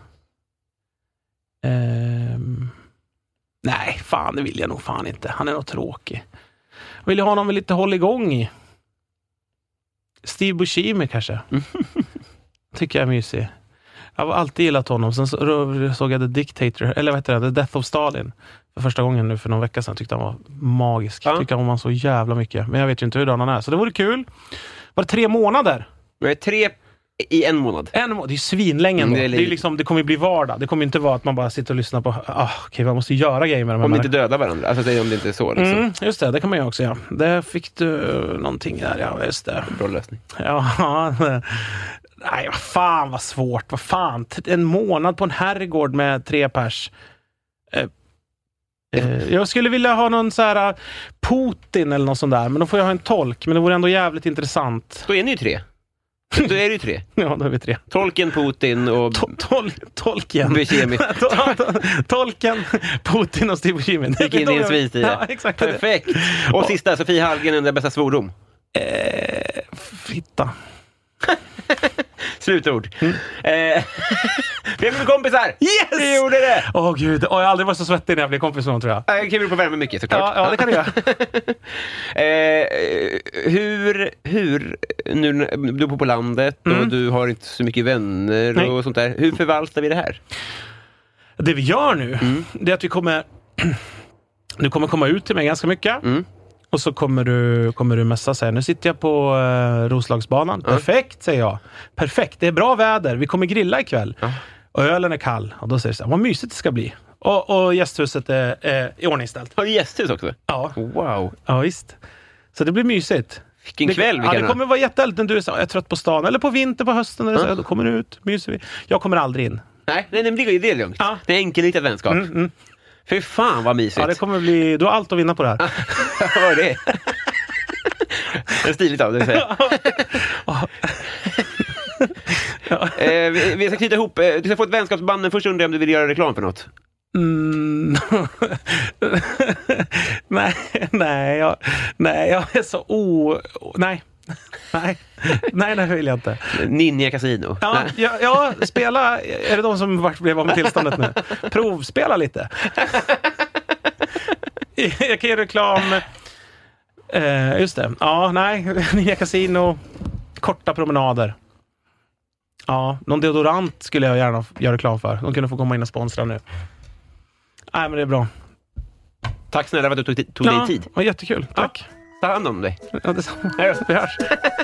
Ehm... Nej, fan, det vill jag nog fan inte. Han är nog tråkig. Vill jag ha någon med lite håll igång i? Steve Buscemi kanske. Mm. Tycker jag är mysig. Jag har alltid gillat honom. Sen så, såg jag The Dictator, eller vad heter det? The Death of Stalin. För första gången nu för någon vecka sedan. Tyckte han var magisk. Ja. Tyckte han var så jävla mycket. Men jag vet ju inte hur han är. Så det vore kul. Var det tre månader? Det är tre i en månad. En månad. Det är svinlänge ändå. Mm, det, är det, är liksom, det kommer ju bli vardag. Det kommer inte vara att man bara sitter och lyssnar på ah, okej, okay, man måste göra grejer med dem. Om de inte dödar varandra. Alltså det är om det inte är så. Liksom. Mm, just det, det kan man ju också göra. Ja. Det fick du någonting där, ja just det. Bra lösning. Ja, nej, vad fan vad svårt. Vad fan. En månad på en herrgård med tre pers. Eh, eh, jag skulle vilja ha någon så här Putin eller något sånt där. Men då får jag ha en tolk. Men det vore ändå jävligt intressant. Då är ni ju tre. Då är det ju tre. Ja, då är vi tre. Tolken, Putin och... To- tol- tolken. Buscemi. Tolken, Putin och Steve Buscemi. Gick in i en svit i det. Ja, exakt. Perfekt. Och, och sista, Sofie Hallgren undrar bästa svordom. Eh, fitta. Slutord. Mm. Eh, vi blev kompisar! Yes! Vi gjorde det! Åh oh, gud, oh, jag har aldrig varit så svettig när jag blev kompis med någon, tror jag. Jag kan bli på värme mycket, såklart. Ja, ja det kan jag. eh, hur, hur, nu du är på landet mm. och du har inte så mycket vänner Nej. och sånt där. Hur förvaltar vi det här? Det vi gör nu, mm. det är att vi kommer... Du kommer komma ut till mig ganska mycket. Mm. Och så kommer du, kommer du messa sig. Nu sitter jag på uh, Roslagsbanan. Mm. Perfekt, säger jag. Perfekt, det är bra väder. Vi kommer grilla ikväll. Mm. Och ölen är kall. Och då säger det så här, vad mysigt det ska bli. Och, och gästhuset är, är i ordningställt. Har du gästhus också? Ja. Wow. Ja, visst. Så det blir mysigt. Vilken kväll vi ja, kan det kommer vara jättehärligt när du är, så, jag är trött på stan. Eller på vinter, på hösten. Eller så, mm. Då kommer du ut, myser vi. Jag kommer aldrig in. Nej, nej, men det är lugnt. Ja. Det är enkelriktat vänskap. Mm, mm. Fy fan vad mysigt. Ja, det kommer bli... Du har allt att vinna på det här. Jag hör det. Det är stiligt av det att säga. Ja. eh, vi, vi ska knyta ihop. Du ska få ett vänskapsband, men först undrar jag om du vill göra reklam för något. Mm. nej, nej, jag, nej, jag är så o... Nej. Nej, nej, det vill jag inte. Ninja Casino. Ja, ja, ja, spela. Är det de som vart blev av med tillståndet nu? Provspela lite. Jag kan ge reklam. Eh, just det. Ja, nej. Ninja Casino. Korta promenader. Ja, någon deodorant skulle jag gärna göra reklam för. De kunde få komma in och sponsra nu. Nej, men det är bra. Tack snälla för att du tog, tog ja, dig tid. Det var jättekul. Tack. Ja. Ta hand om dig. Ja, detsamma. Hej, vi hörs.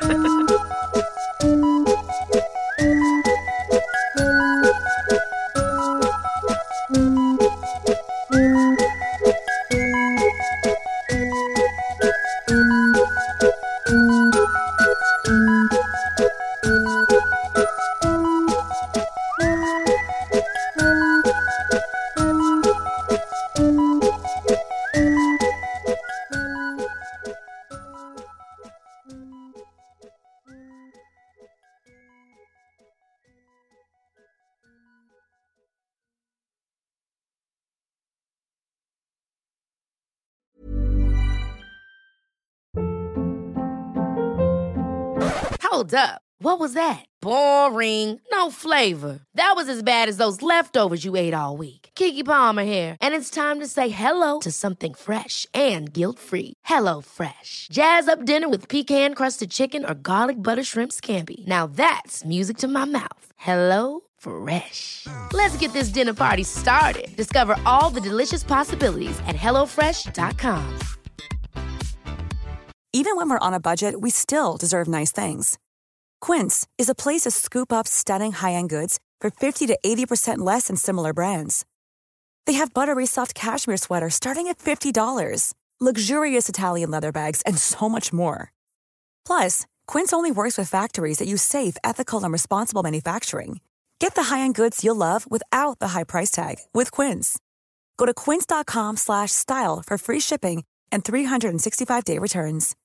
Hold up. What was that? Boring. No flavor. That was as bad as those leftovers you ate all week. Keke Palmer here, and it's time to say hello to something fresh and guilt-free. Hello Fresh. Jazz up dinner with pecan-crusted chicken or garlic butter shrimp scampi. Now that's music to my mouth. Hello Fresh. Let's get this dinner party started. Discover all the delicious possibilities at hello fresh dot com. Even when we're on a budget, we still deserve nice things. Quince is a place to scoop up stunning high-end goods for fifty to eighty percent less than similar brands. They have buttery soft cashmere sweaters starting at fifty dollars, luxurious Italian leather bags, and so much more. Plus, Quince only works with factories that use safe, ethical, and responsible manufacturing. Get the high-end goods you'll love without the high price tag with Quince. Go to quince dot com slash style for free shipping and three hundred sixty-five day returns.